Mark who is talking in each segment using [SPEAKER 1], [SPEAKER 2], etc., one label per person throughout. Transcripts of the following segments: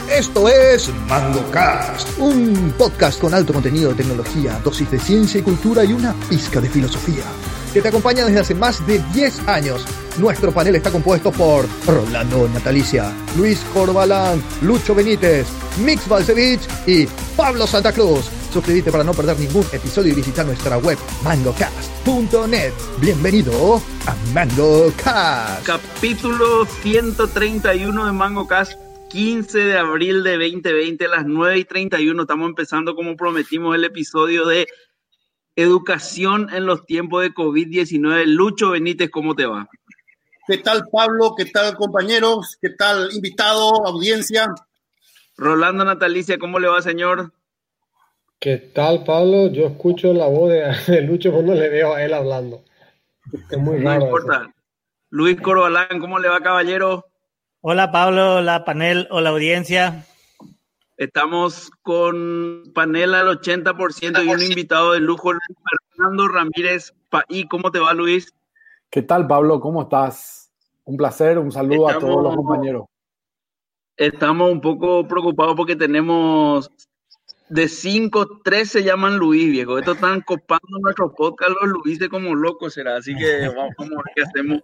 [SPEAKER 1] Esto es MangoCast, un podcast con alto contenido de tecnología, dosis de ciencia y cultura y una pizca de filosofía, que te acompaña desde hace más de 10 años. Nuestro panel está compuesto por Rolando Natalicia, Luis Corbalán, Lucho Benítez, Mix Balcevich y Pablo Santa Cruz. Suscríbete para no perder ningún episodio y visita nuestra web mangocast.net. Bienvenido a MangoCast.
[SPEAKER 2] Capítulo 131 de MangoCast, 15 de abril de 2020, a las 9:31. Estamos empezando, como prometimos, el episodio de educación en los tiempos de COVID-19. Lucho Benítez, ¿cómo te va?
[SPEAKER 3] ¿Qué tal, Pablo? ¿Qué tal, compañeros? ¿Qué tal, invitado, audiencia?
[SPEAKER 2] Rolando Natalicia, ¿cómo le va, señor?
[SPEAKER 4] ¿Qué tal, Pablo? Yo escucho la voz de Lucho cuando le veo a él hablando. Es muy raro.
[SPEAKER 2] No importa. Eso. Luis Corbalán, ¿cómo le va, caballero?
[SPEAKER 5] Hola, Pablo, hola, panel, hola, audiencia.
[SPEAKER 2] Estamos con panel al 80% y un invitado de lujo, Fernando Ramírez Paí. ¿Cómo te va, Luis?
[SPEAKER 6] ¿Qué tal, Pablo? ¿Cómo estás? Un placer, un saludo a todos los compañeros.
[SPEAKER 2] Estamos un poco preocupados porque tenemos de 5, 3 se llaman Luis, viejo. Estos están copando nuestro podcast, los Luises como locos será, así que vamos a ver qué hacemos.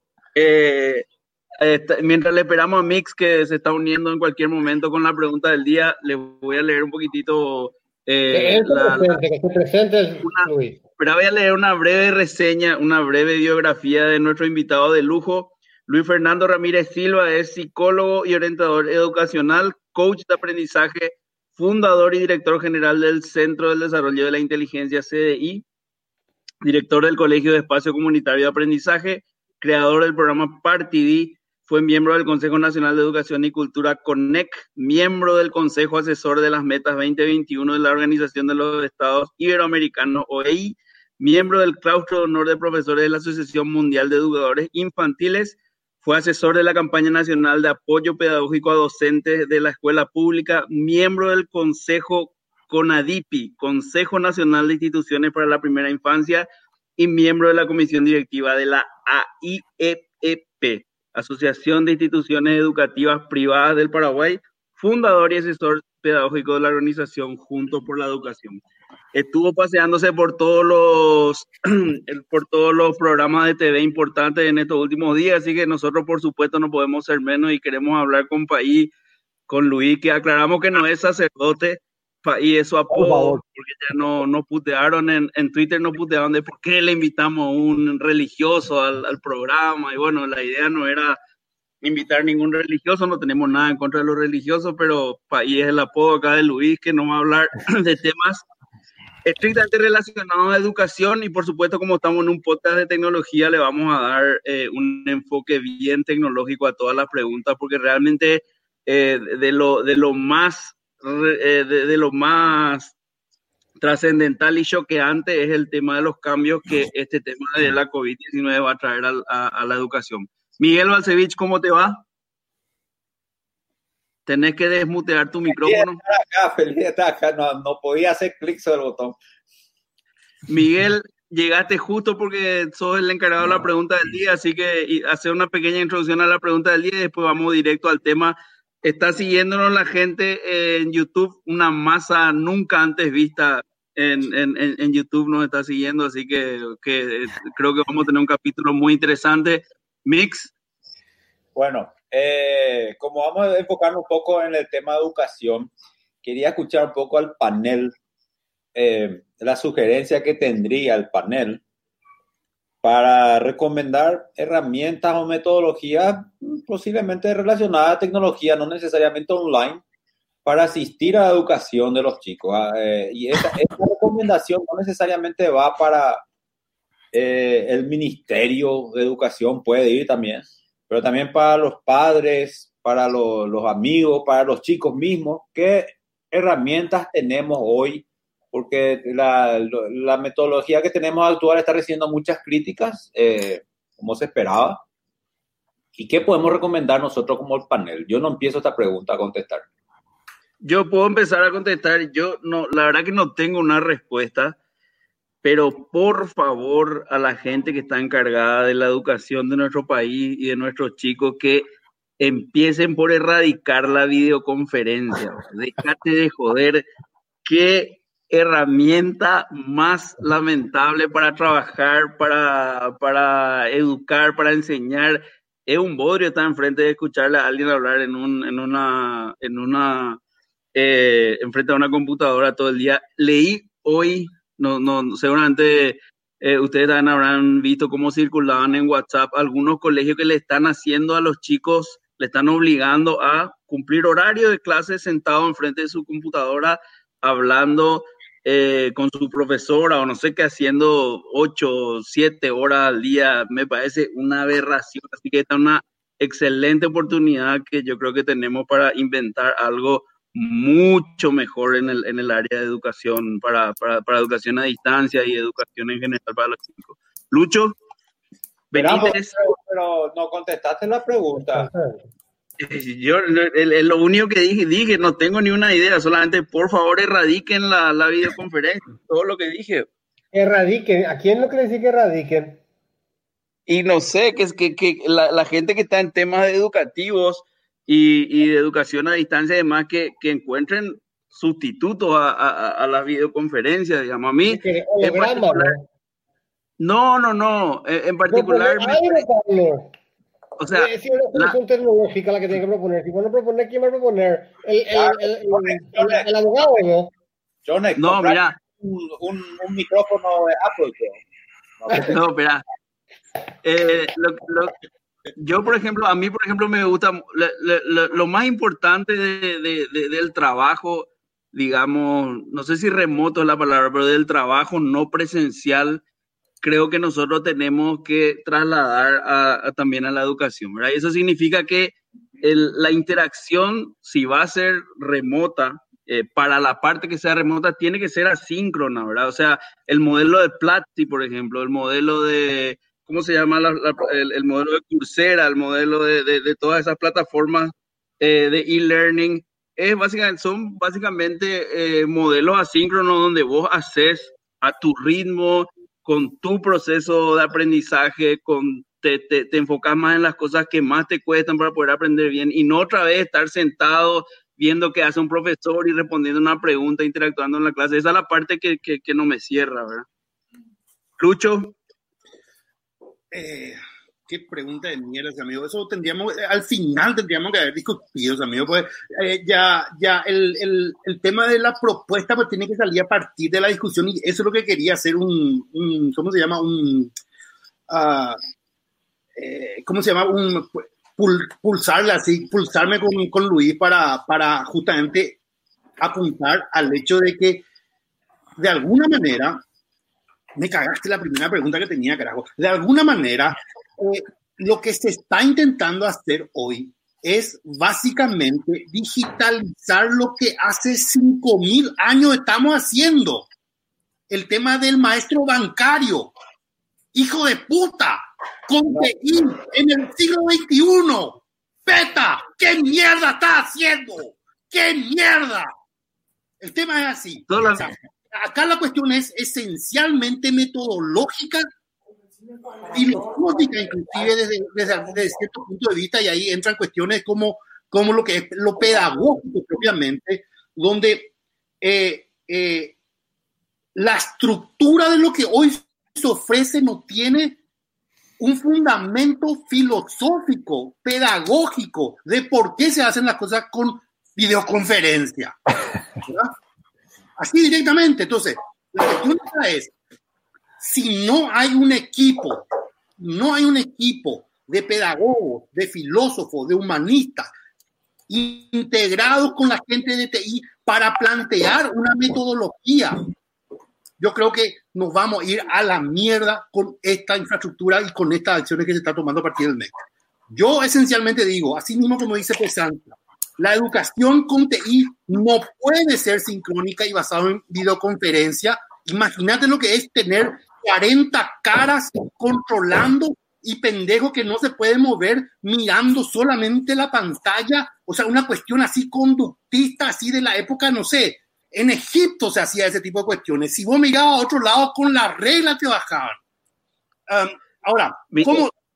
[SPEAKER 2] Mientras le esperamos a Mix, que se está uniendo en cualquier momento con la pregunta del día, le voy a leer un poquitito.
[SPEAKER 4] Que se presente Luis.
[SPEAKER 2] Pero voy a leer una breve reseña, una breve biografía de nuestro invitado de lujo. Luis Fernando Ramírez Silva es psicólogo y orientador educacional, coach de aprendizaje, fundador y director general del Centro del Desarrollo de la Inteligencia CDI, director del Colegio de Espacio Comunitario de Aprendizaje, creador del programa Partidi, fue miembro del Consejo Nacional de Educación y Cultura CONEC, miembro del Consejo Asesor de las Metas 2021 de la Organización de los Estados Iberoamericanos, OEI, miembro del Claustro de Honor de Profesores de la Asociación Mundial de Educadores Infantiles, fue asesor de la Campaña Nacional de Apoyo Pedagógico a Docentes de la Escuela Pública, miembro del Consejo CONADIPI, Consejo Nacional de Instituciones para la Primera Infancia, y miembro de la Comisión Directiva de la AIEP, Asociación de Instituciones Educativas Privadas del Paraguay, fundador y asesor pedagógico de la organización Juntos por la Educación. Estuvo paseándose por todos los programas de TV importantes en estos últimos días, así que nosotros, por supuesto, no podemos ser menos y queremos hablar con Paí, con Luis, que aclaramos que no es sacerdote. Paí es su apodo, porque ya no putearon en Twitter, no putearon de por qué le invitamos a un religioso al programa, y bueno, la idea no era invitar ningún religioso, no tenemos nada en contra de los religiosos, pero Paí es el apodo acá de Luis, que nos va a hablar de temas estrictamente relacionados a educación, y por supuesto, como estamos en un podcast de tecnología, le vamos a dar un enfoque bien tecnológico a todas las preguntas, porque realmente de lo más trascendental y choqueante es el tema de los cambios que este tema de la COVID-19 va a traer a la educación. Miguel Balcevich, ¿cómo te va? Tenés que desmutear tu micrófono.
[SPEAKER 7] Feliz de estar acá. No podía hacer clic sobre el botón.
[SPEAKER 2] Miguel, llegaste justo porque sos el encargado de la pregunta del día, así que hacer una pequeña introducción a la pregunta del día y después vamos directo al tema. Está siguiéndonos la gente en YouTube, una masa nunca antes vista en YouTube nos está siguiendo, así que creo que vamos a tener un capítulo muy interesante. Mix.
[SPEAKER 7] Bueno, como vamos a enfocarnos un poco en el tema de educación, quería escuchar un poco al panel, la sugerencia que tendría el panel para recomendar herramientas o metodologías posiblemente relacionadas a tecnología, no necesariamente online, para asistir a la educación de los chicos. Y esta recomendación no necesariamente va para el Ministerio de Educación, puede ir también, pero también para los padres, para los amigos, para los chicos mismos. ¿Qué herramientas tenemos hoy? Porque la metodología que tenemos actual está recibiendo muchas críticas, como se esperaba. ¿Y qué podemos recomendar nosotros como el panel? Yo no empiezo esta pregunta a contestar.
[SPEAKER 2] Yo puedo empezar a contestar. Yo no, la verdad que no tengo una respuesta, pero por favor a la gente que está encargada de la educación de nuestro país y de nuestros chicos, que empiecen por erradicar la videoconferencia. Déjate de joder. Qué herramienta más lamentable para trabajar, para educar, para enseñar. Es un bodrio estar enfrente de escucharle a alguien hablar enfrente a una computadora todo el día. Leí hoy, seguramente ustedes también habrán visto cómo circulaban en WhatsApp algunos colegios que le están haciendo a los chicos, le están obligando a cumplir horario de clase sentado enfrente de su computadora, hablando con su profesora o no sé qué, haciendo 8 o 7 horas al día. Me parece una aberración. Así que esta es una excelente oportunidad que yo creo que tenemos para inventar algo mucho mejor en el área de educación, para educación a distancia y educación en general para los chicos. Lucho,
[SPEAKER 7] Benítez. Pero no contestaste la pregunta.
[SPEAKER 2] Yo lo único que dije, no tengo ni una idea, solamente por favor erradiquen la videoconferencia, todo lo que dije.
[SPEAKER 4] Erradiquen, ¿a quién lo que le dice que erradiquen?
[SPEAKER 2] Y no sé, que la gente que está en temas educativos y de educación a distancia, además, que encuentren sustitutos a las videoconferencias, digamos. A mí, en particular, no, en particular... O sea,
[SPEAKER 4] es una solución tecnológica la que tiene que proponer. Si van a proponer, ¿quién va a proponer? ¿El abogado o no?
[SPEAKER 7] Jones,
[SPEAKER 2] no, mira.
[SPEAKER 7] Un micrófono de Apple.
[SPEAKER 2] No, mira. Yo, por ejemplo, a mí, me gusta lo más importante del trabajo, digamos, no sé si remoto es la palabra, pero del trabajo no presencial, creo que nosotros tenemos que trasladar también a la educación, ¿verdad? Y eso significa que la interacción, si va a ser remota, para la parte que sea remota, tiene que ser asíncrona, ¿verdad? O sea, el modelo de Platzi, por ejemplo, el modelo de, ¿cómo se llama? El modelo de Coursera, el modelo de todas esas plataformas de e-learning, son básicamente modelos asíncronos donde vos haces a tu ritmo, con tu proceso de aprendizaje, te enfocas más en las cosas que más te cuestan para poder aprender bien, y no otra vez estar sentado viendo qué hace un profesor y respondiendo una pregunta, interactuando en la clase. Esa es la parte que no me cierra, ¿verdad? Lucho.
[SPEAKER 3] Qué pregunta de mierda, amigo. Eso al final tendríamos que haber discutido, amigo. Pues ya el tema de la propuesta pues tiene que salir a partir de la discusión, y eso es lo que quería hacer ¿cómo se llama? ¿Cómo se llama? Pulsarme con Luis para justamente apuntar al hecho de que de alguna manera me cagaste la primera pregunta que tenía, carajo. De alguna manera, lo que se está intentando hacer hoy es básicamente digitalizar lo que hace 5.000 años estamos haciendo. El tema del maestro bancario. Hijo de puta. Conteí en el siglo XXI. Peta, ¿qué mierda está haciendo? ¿Qué mierda? El tema es así. O sea, acá la cuestión es esencialmente metodológica, filosófica, inclusive desde cierto punto de vista, y ahí entran cuestiones como lo que es lo pedagógico propiamente, donde la estructura de lo que hoy se ofrece no tiene un fundamento filosófico, pedagógico, de por qué se hacen las cosas con videoconferencia, ¿verdad? Así directamente. Entonces, la cuestión es, si no hay un equipo de pedagogos, de filósofos, de humanistas, integrados con la gente de TI para plantear una metodología, yo creo que nos vamos a ir a la mierda con esta infraestructura y con estas acciones que se está tomando a partir del MEC. Yo esencialmente digo, así mismo como dice Pesanta, la educación con TI no puede ser sincrónica y basada en videoconferencia. Imagínate lo que es tener 40 caras controlando y pendejos que no se pueden mover mirando solamente la pantalla. O sea, una cuestión así conductista, así de la época, no sé. En Egipto se hacía ese tipo de cuestiones. Si vos mirabas a otro lado, con las reglas te bajaban. Ahora,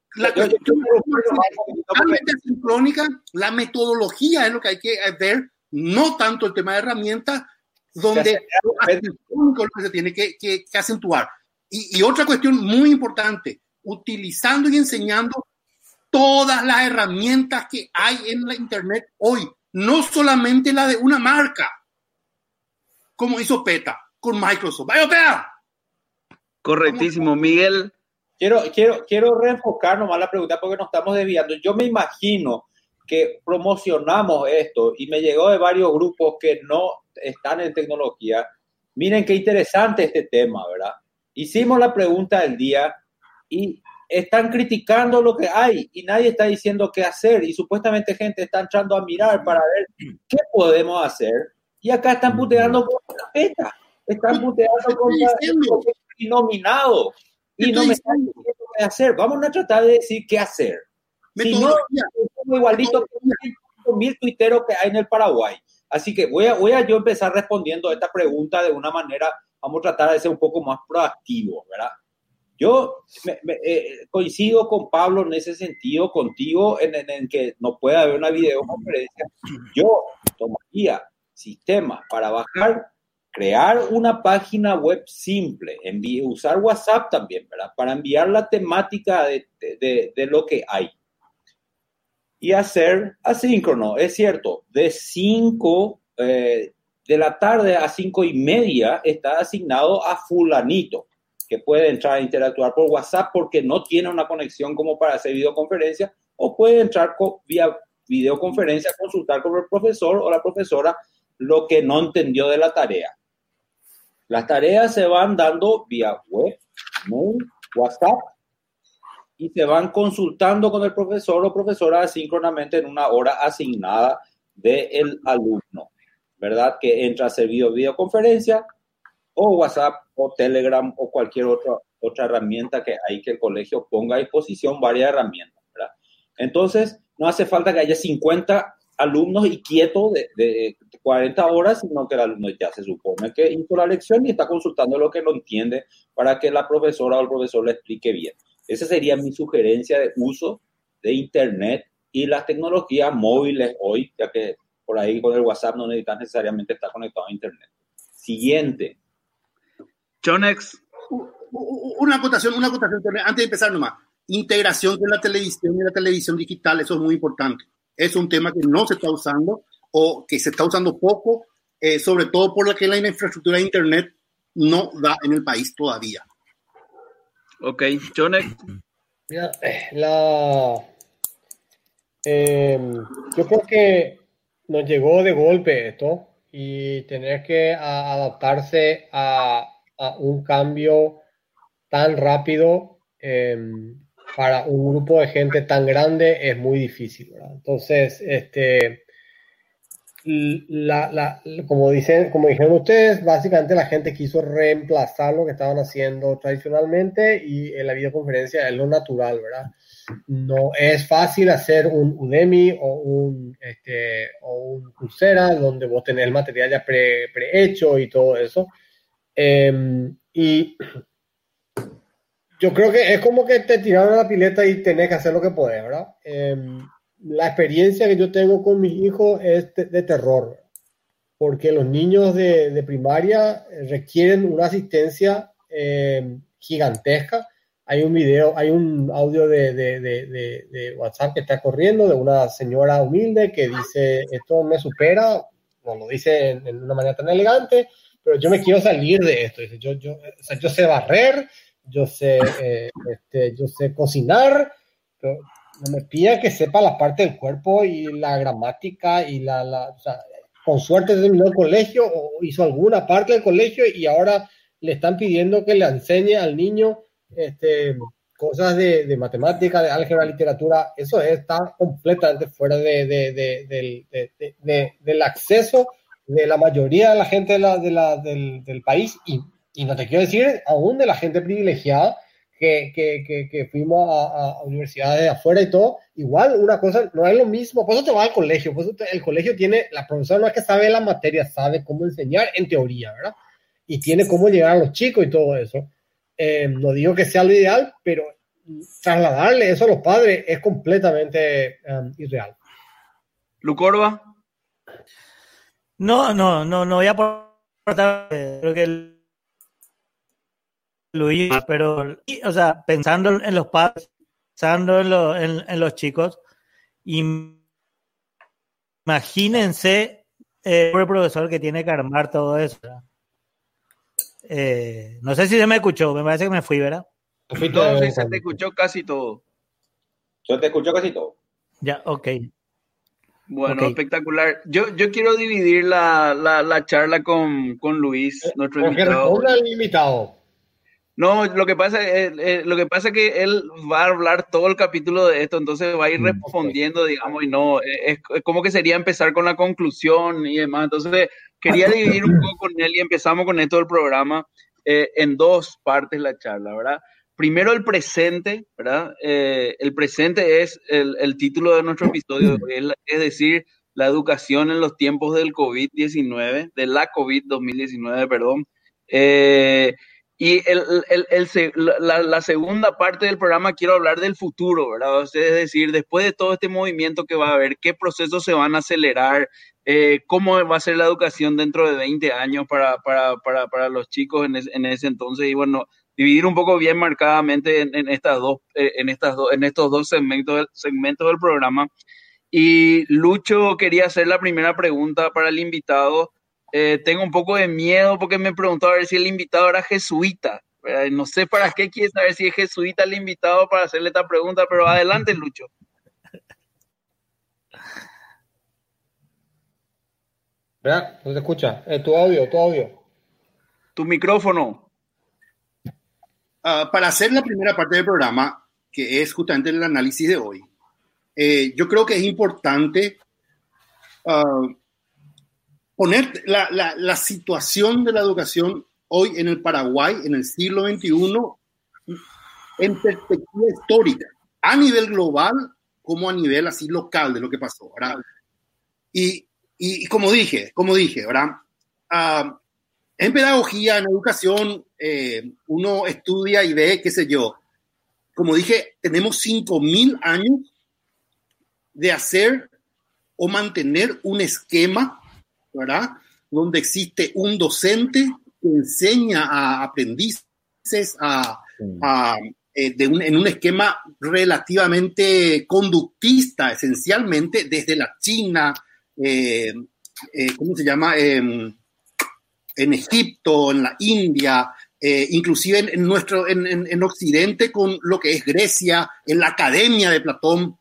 [SPEAKER 3] Totalmente asincrónica, la metodología es lo que hay que ver, no tanto el tema de herramientas, donde es lo que se tiene que acentuar. Y otra cuestión muy importante, utilizando y enseñando todas las herramientas que hay en la Internet hoy, no solamente la de una marca, como hizo PETA con Microsoft. ¡Vaya, PETA!
[SPEAKER 2] Correctísimo, Miguel.
[SPEAKER 7] Quiero reenfocar nomás la pregunta porque nos estamos desviando. Yo me imagino que promocionamos esto y me llegó de varios grupos que no están en tecnología. Miren qué interesante este tema, ¿verdad? Hicimos la pregunta del día y están criticando lo que hay y nadie está diciendo qué hacer y supuestamente gente está entrando a mirar para ver qué podemos hacer y acá están puteando con la PETA, están puteando con el nominado y no me están diciendo qué hacer. Vamos a tratar de decir qué hacer. Si no, es igualito que 5.000 tuiteros que hay en el Paraguay. Así que voy a yo empezar respondiendo a esta pregunta de una manera, vamos a tratar de ser un poco más proactivo, ¿verdad? Yo coincido con Pablo en ese sentido, contigo, en que no puede haber una videoconferencia. Yo tomaría sistemas para bajar, crear una página web simple, usar WhatsApp también, ¿verdad? Para enviar la temática de lo que hay. Y hacer asíncrono, es cierto, de 5 de la tarde a 5:30 está asignado a fulanito, que puede entrar a interactuar por WhatsApp porque no tiene una conexión como para hacer videoconferencia, o puede entrar vía videoconferencia, consultar con el profesor o la profesora lo que no entendió de la tarea. Las tareas se van dando vía web, mail, WhatsApp, y se van consultando con el profesor o profesora asíncronamente en una hora asignada del alumno, ¿verdad? Que entra a hacer videoconferencia o WhatsApp o Telegram o cualquier otra herramienta que hay que el colegio ponga a disposición, varias herramientas, ¿verdad? Entonces, no hace falta que haya 50 alumnos y quietos de 40 horas, sino que el alumno ya se supone que hizo la lección y está consultando lo que no entiende para que la profesora o el profesor le explique bien. Esa sería mi sugerencia de uso de Internet y las tecnologías móviles hoy, ya que por ahí con el WhatsApp no necesitas necesariamente estar conectado a Internet. Siguiente.
[SPEAKER 2] Chonex.
[SPEAKER 3] Una acotación, antes de empezar nomás. Integración con la televisión y la televisión digital, eso es muy importante. Es un tema que no se está usando o que se está usando poco, sobre todo por la que la infraestructura de Internet no da en el país todavía.
[SPEAKER 2] Ok, Chonex.
[SPEAKER 4] Mira, yo creo que nos llegó de golpe esto y tener que adaptarse a un cambio tan rápido para un grupo de gente tan grande es muy difícil, ¿verdad? Entonces, como dijeron ustedes, básicamente la gente quiso reemplazar lo que estaban haciendo tradicionalmente y en la videoconferencia es lo natural, ¿verdad? No es fácil hacer un Udemy o un Coursera donde vos tenés el material ya prehecho y todo eso. Y yo creo que es como que te tiraron a la pileta y tenés que hacer lo que podés, ¿verdad? La experiencia que yo tengo con mis hijos es de terror, porque los niños de primaria requieren una asistencia gigantesca. Hay un audio de WhatsApp que está corriendo de una señora humilde que dice, esto me supera, no lo dice en una manera tan elegante, pero yo me quiero salir de esto. Dice, yo sé barrer, yo sé cocinar, pero no me pida que sepa la parte del cuerpo y la gramática y o sea, con suerte terminó el colegio o hizo alguna parte del colegio y ahora le están pidiendo que le enseñe al niño cosas de matemática, de álgebra, literatura. Eso está completamente fuera del acceso de la mayoría de la gente del país y no te quiero decir aún de la gente privilegiada que fuimos a universidades de afuera y todo. Igual una cosa no es lo mismo, por eso te vas al colegio, el colegio tiene, la profesora no es que sabe la materia, sabe cómo enseñar en teoría, ¿verdad? Y tiene cómo llegar a los chicos y todo eso. No digo que sea lo ideal, pero trasladarle eso a los padres es completamente irreal.
[SPEAKER 2] ¿Lucorba?
[SPEAKER 5] No voy a aportar, creo que Luis, pero, o sea, pensando en los padres, pensando en los chicos, imagínense el profesor que tiene que armar todo eso. No sé si se me escuchó, me parece que me fui, ¿verdad?
[SPEAKER 2] No, sí, se te escuchó casi todo.
[SPEAKER 7] Yo te escucho casi todo.
[SPEAKER 5] Ya, ok.
[SPEAKER 2] Bueno,
[SPEAKER 5] okay.
[SPEAKER 2] Espectacular. Yo quiero dividir la charla con Luis, nuestro invitado.
[SPEAKER 4] Responda al invitado.
[SPEAKER 2] No, lo que pasa es que él va a hablar todo el capítulo de esto, entonces va a ir respondiendo, digamos, y no, es como que sería empezar con la conclusión y demás. Entonces, quería dividir un poco con él y empezamos con esto del programa en dos partes la charla, ¿verdad? Primero el presente, ¿verdad? El presente es el título de nuestro episodio, es decir, la educación en los tiempos del COVID-19, de la COVID-2019, perdón. Y la segunda parte del programa quiero hablar del futuro, ¿verdad? Es decir, después de todo este movimiento que va a haber, qué procesos se van a acelerar, cómo va a ser la educación dentro de 20 años para los chicos en ese entonces. Y bueno, dividir un poco bien marcadamente en estos dos segmentos del programa. Y Lucho quería hacer la primera pregunta para el invitado. Tengo un poco de miedo porque me preguntó a ver si el invitado era jesuita. No sé para qué quiere saber si es jesuita el invitado para hacerle esta pregunta, pero adelante, Lucho.
[SPEAKER 4] ¿Verdad? No se escucha. Tu audio.
[SPEAKER 2] Tu micrófono.
[SPEAKER 3] Para hacer la primera parte del programa, que es justamente el análisis de hoy, yo creo que es importante poner la situación de la educación hoy en el Paraguay, en el siglo XXI, en perspectiva histórica, a nivel global como a nivel así local de lo que pasó, ¿verdad? Y como dije, ¿verdad? En pedagogía, en educación, uno estudia y ve, qué sé yo, como dije, tenemos 5.000 años de hacer o mantener un esquema, ¿verdad? Donde existe un docente que enseña a aprendices en un esquema relativamente conductista, esencialmente desde la China, ¿cómo se llama? En Egipto, en la India, inclusive en Occidente con lo que es Grecia, en la Academia de Platón,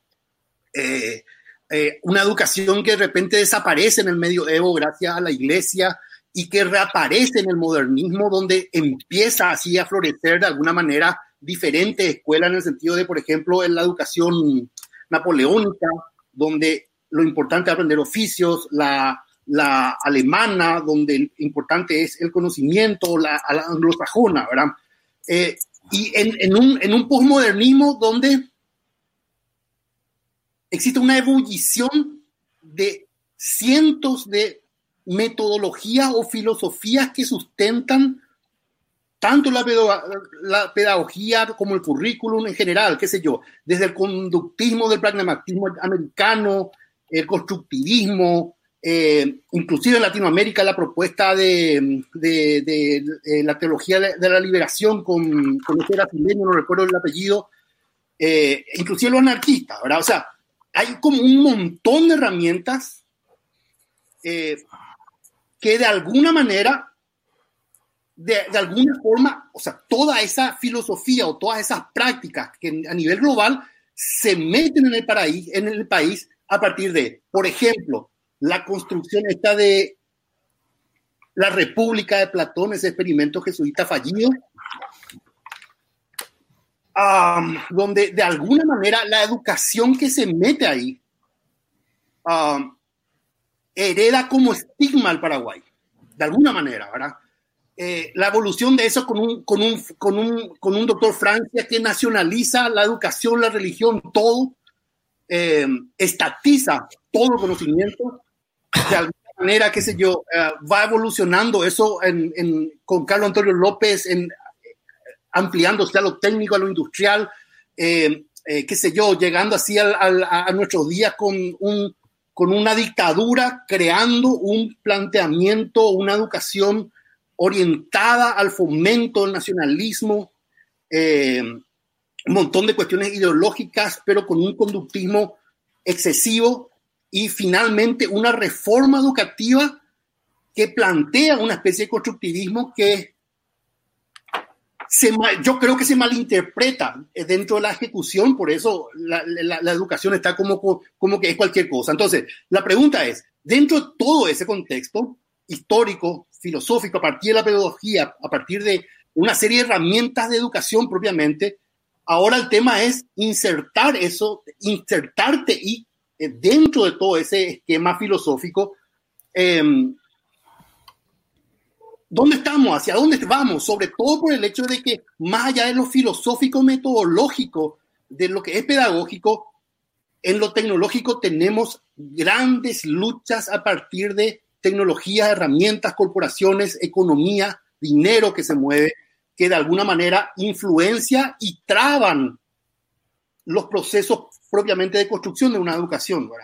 [SPEAKER 3] una educación que de repente desaparece en el medioevo gracias a la Iglesia y que reaparece en el modernismo, donde empieza así a florecer de alguna manera diferentes escuelas en el sentido de, por ejemplo, en la educación napoleónica, donde lo importante es aprender oficios, la alemana, donde lo importante es el conocimiento, la anglosajona, ¿verdad? Y en un posmodernismo donde existe una ebullición de cientos de metodologías o filosofías que sustentan tanto la pedagogía como el currículum en general, qué sé yo, desde el conductismo del pragmatismo americano, el constructivismo, inclusive en Latinoamérica la propuesta de la teología de la liberación con ese brasileño, no recuerdo el apellido, inclusive los anarquistas, ¿verdad? O sea, hay como un montón de herramientas que de alguna manera, de alguna forma, o sea, toda esa filosofía o todas esas prácticas que a nivel global se meten en el país a partir de, por ejemplo, la construcción esta de la República de Platón, ese experimento jesuita fallido, donde de alguna manera la educación que se mete ahí hereda como estigma al Paraguay, de alguna manera, ¿verdad? La evolución de eso con un doctor Francia que nacionaliza la educación, la religión, todo, estatiza todo el conocimiento, de alguna manera, qué sé yo, va evolucionando eso con Carlos Antonio López, ampliándose a lo técnico, a lo industrial, qué sé yo, llegando así a nuestros días con una dictadura, creando un planteamiento, una educación orientada al fomento del nacionalismo, un montón de cuestiones ideológicas, pero con un conductismo excesivo, y finalmente una reforma educativa que plantea una especie de constructivismo que yo creo que se malinterpreta dentro de la ejecución. Por eso la educación está como que es cualquier cosa. Entonces, la pregunta es, dentro de todo ese contexto histórico, filosófico, a partir de la pedagogía, a partir de una serie de herramientas de educación propiamente, ahora el tema es insertarte y dentro de todo ese esquema filosófico, ¿dónde estamos? ¿Hacia dónde vamos? Sobre todo por el hecho de que, más allá de lo filosófico metodológico, de lo que es pedagógico, en lo tecnológico tenemos grandes luchas a partir de tecnologías, herramientas, corporaciones, economía, dinero que se mueve, que de alguna manera influencia y traban los procesos propiamente de construcción de una educación, ¿verdad?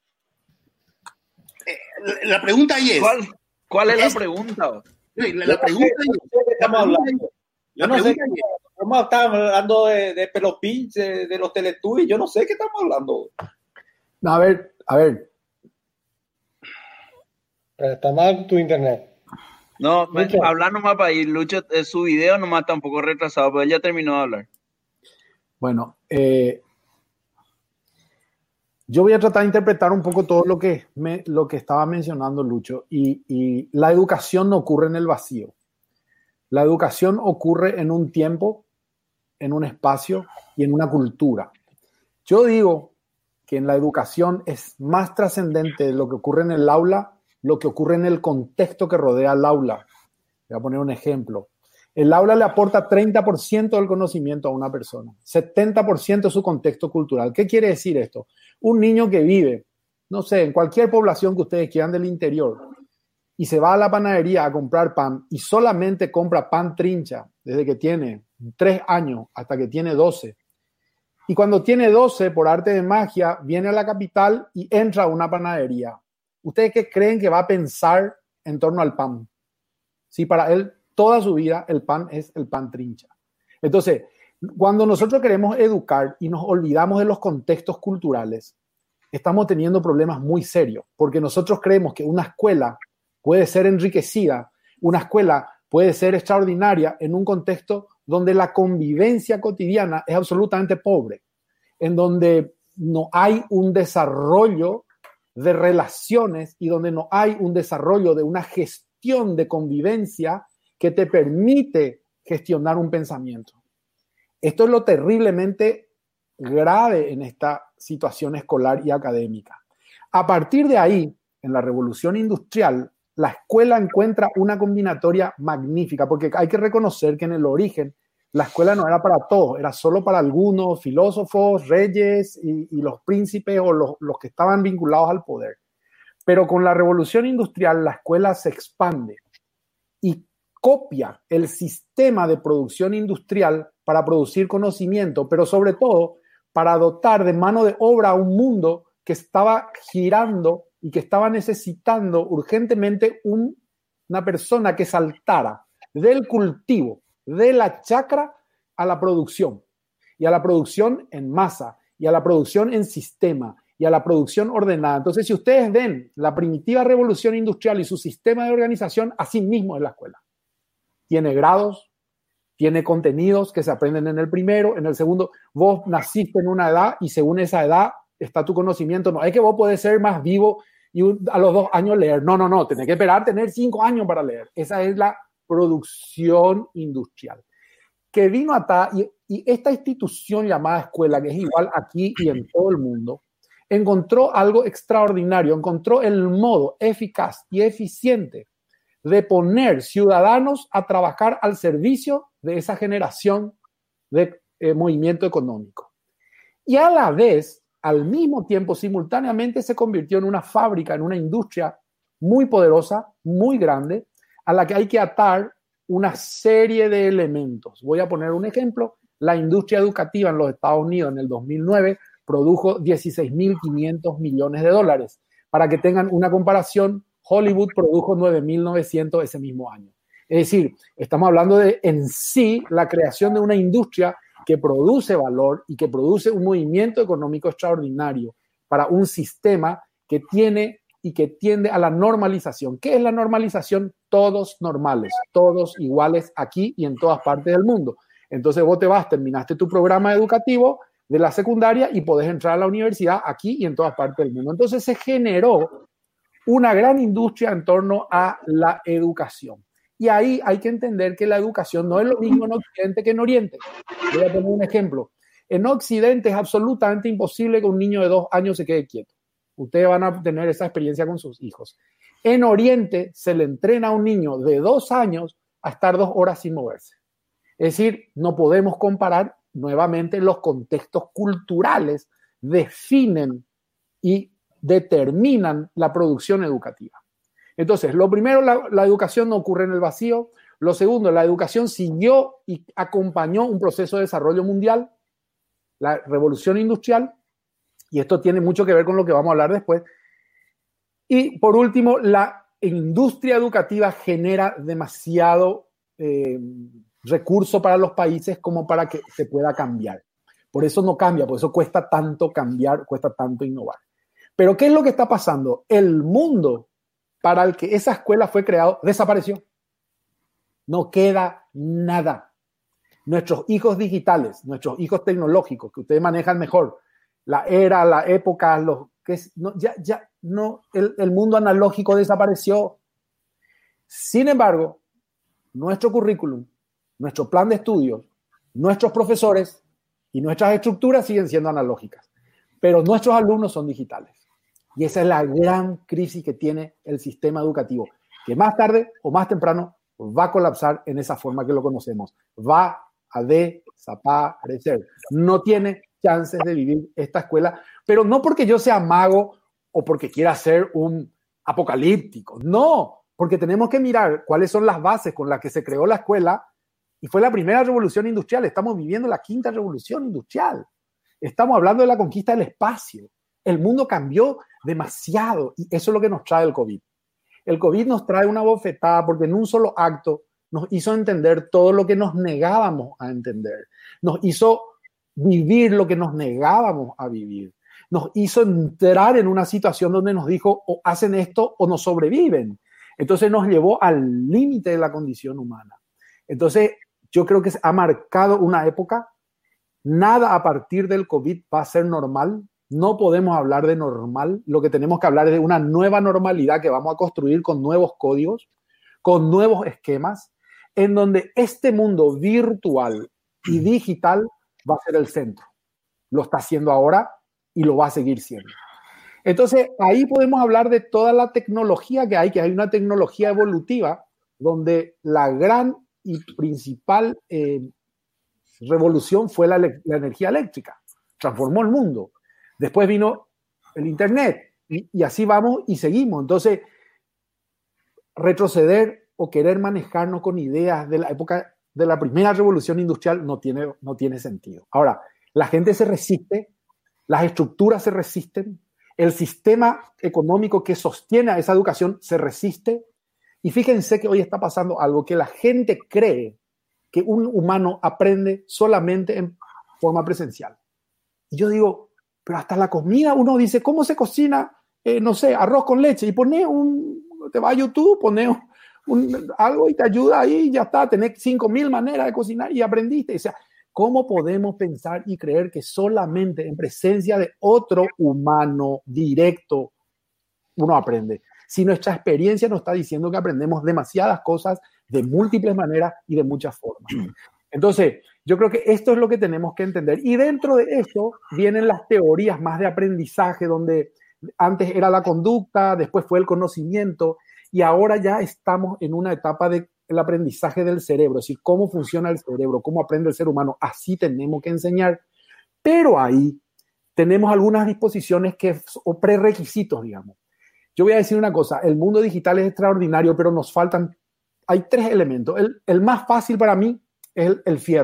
[SPEAKER 3] La pregunta ahí es...
[SPEAKER 2] ¿Cuál es la pregunta?
[SPEAKER 3] La pregunta
[SPEAKER 7] estamos hablando. Yo no sé, estamos hablando de Pelopinch, de los Teletubbies, yo no sé qué estamos hablando.
[SPEAKER 6] No, a ver.
[SPEAKER 4] Está mal tu internet.
[SPEAKER 2] No, hablar nomás para ir. Lucho, su video nomás está un poco retrasado, pero él ya terminó de hablar.
[SPEAKER 6] Bueno, yo voy a tratar de interpretar un poco todo lo que estaba mencionando Lucho, y la educación no ocurre en el vacío. La educación ocurre en un tiempo, en un espacio y en una cultura. Yo digo que en la educación es más trascendente lo que ocurre en el aula, lo que ocurre en el contexto que rodea al aula. Voy a poner un ejemplo. El aula le aporta 30% del conocimiento a una persona, 70% de su contexto cultural. ¿Qué quiere decir esto? Un niño que vive, no sé, en cualquier población que ustedes quieran del interior, y se va a la panadería a comprar pan y solamente compra pan trincha desde que tiene 3 años hasta que tiene 12. Y cuando tiene 12, por arte de magia, viene a la capital y entra a una panadería. ¿Ustedes qué creen que va a pensar en torno al pan? Si para él toda su vida el pan es el pan trincha. Entonces, cuando nosotros queremos educar y nos olvidamos de los contextos culturales, estamos teniendo problemas muy serios, porque nosotros creemos que una escuela puede ser enriquecida, una escuela puede ser extraordinaria en un contexto donde la convivencia cotidiana es absolutamente pobre, en donde no hay un desarrollo de relaciones y donde no hay un desarrollo de una gestión de convivencia que te permite gestionar un pensamiento. Esto es lo terriblemente grave en esta situación escolar y académica. A partir de ahí, en la Revolución Industrial, la escuela encuentra una combinatoria magnífica, porque hay que reconocer que en el origen la escuela no era para todos, era solo para algunos filósofos, reyes y los príncipes o los que estaban vinculados al poder. Pero con la Revolución Industrial la escuela se expande y copia el sistema de producción industrial para producir conocimiento, pero sobre todo para dotar de mano de obra a un mundo que estaba girando y que estaba necesitando urgentemente una persona que saltara del cultivo, de la chacra a la producción, y a la producción en masa, y a la producción en sistema, y a la producción ordenada. Entonces, si ustedes ven la primitiva revolución industrial y su sistema de organización, así mismo es la escuela. Tiene grados, tiene contenidos que se aprenden en el primero, en el segundo. Vos naciste en una edad y según esa edad está tu conocimiento. No es que vos podés ser más vivo y a los 2 años leer. No. Tenés que esperar tener 5 años para leer. Esa es la producción industrial. Que vino acá y esta institución llamada escuela, que es igual aquí y en todo el mundo, encontró algo extraordinario. Encontró el modo eficaz y eficiente de poner ciudadanos a trabajar al servicio de esa generación de movimiento económico. Y a la vez, al mismo tiempo, simultáneamente se convirtió en una fábrica, en una industria muy poderosa, muy grande, a la que hay que atar una serie de elementos. Voy a poner un ejemplo. La industria educativa en los Estados Unidos en el 2009 produjo 16.500 millones de dólares. Para que tengan una comparación, Hollywood produjo 9.900 ese mismo año. Es decir, estamos hablando de en sí la creación de una industria que produce valor y que produce un movimiento económico extraordinario para un sistema que tiene y que tiende a la normalización. ¿Qué es la normalización? Todos normales, todos iguales aquí y en todas partes del mundo. Entonces vos terminaste tu programa educativo de la secundaria y podés entrar a la universidad aquí y en todas partes del mundo. Entonces se generó una gran industria en torno a la educación. Y ahí hay que entender que la educación no es lo mismo en Occidente que en Oriente. Voy a poner un ejemplo. En Occidente es absolutamente imposible que un niño de 2 años se quede quieto. Ustedes van a tener esa experiencia con sus hijos. En Oriente se le entrena a un niño de 2 años a estar 2 horas sin moverse. Es decir, no podemos comparar. Nuevamente, los contextos culturales definen y determinan la producción educativa. Entonces, lo primero, la educación no ocurre en el vacío. Lo segundo, la educación siguió y acompañó un proceso de desarrollo mundial, la revolución industrial, y esto tiene mucho que ver con lo que vamos a hablar después. Y por último, la industria educativa genera demasiado recurso para los países como para que se pueda cambiar. Por eso no cambia, por eso cuesta tanto cambiar, cuesta tanto innovar. Pero ¿qué es lo que está pasando? El mundo para el que esa escuela fue creado desapareció. No queda nada. Nuestros hijos digitales, nuestros hijos tecnológicos, que ustedes manejan mejor, la era, la época, el mundo analógico desapareció. Sin embargo, nuestro currículum, nuestro plan de estudios, nuestros profesores y nuestras estructuras siguen siendo analógicas, pero nuestros alumnos son digitales. Y esa es la gran crisis que tiene el sistema educativo, que más tarde o más temprano va a colapsar en esa forma que lo conocemos. Va a desaparecer. No tiene chances de vivir esta escuela, pero no porque yo sea mago o porque quiera ser un apocalíptico. No, porque tenemos que mirar cuáles son las bases con las que se creó la escuela. Y fue la primera revolución industrial. Estamos viviendo la quinta revolución industrial. Estamos hablando de la conquista del espacio. El mundo cambió demasiado y eso es lo que nos trae el COVID. El COVID nos trae una bofetada porque en un solo acto nos hizo entender todo lo que nos negábamos a entender. Nos hizo vivir lo que nos negábamos a vivir. Nos hizo entrar en una situación donde nos dijo o hacen esto o no sobreviven. Entonces nos llevó al límite de la condición humana. Entonces yo creo que ha marcado una época. Nada a partir del COVID va a ser normal. No podemos hablar de normal. Lo que tenemos que hablar es de una nueva normalidad que vamos a construir con nuevos códigos, con nuevos esquemas, en donde este mundo virtual y digital va a ser el centro. Lo está haciendo ahora y lo va a seguir siendo. Entonces, ahí podemos hablar de toda la tecnología que hay una tecnología evolutiva donde la gran y principal revolución fue la energía eléctrica. Transformó el mundo. Después vino el Internet y así vamos y seguimos. Entonces, retroceder o querer manejarnos con ideas de la época de la primera revolución industrial no tiene sentido. Ahora, la gente se resiste, las estructuras se resisten, el sistema económico que sostiene a esa educación se resiste. Y fíjense que hoy está pasando algo que la gente cree que un humano aprende solamente en forma presencial. Y yo digo, pero hasta la comida uno dice, ¿cómo se cocina? No sé, arroz con leche. Y te va a YouTube, pone algo y te ayuda ahí y ya está. Tenés 5.000 maneras de cocinar y aprendiste. O sea, ¿cómo podemos pensar y creer que solamente en presencia de otro humano directo uno aprende? Si nuestra experiencia nos está diciendo que aprendemos demasiadas cosas de múltiples maneras y de muchas formas. Entonces, yo creo que esto es lo que tenemos que entender. Y dentro de esto vienen las teorías más de aprendizaje, donde antes era la conducta, después fue el conocimiento, y ahora ya estamos en una etapa del aprendizaje del cerebro, es decir, cómo funciona el cerebro, cómo aprende el ser humano. Así tenemos que enseñar. Pero ahí tenemos algunas disposiciones o prerequisitos, digamos. Yo voy a decir una cosa, el mundo digital es extraordinario, pero nos faltan, hay 3 elementos. El más fácil para mí es el fierro.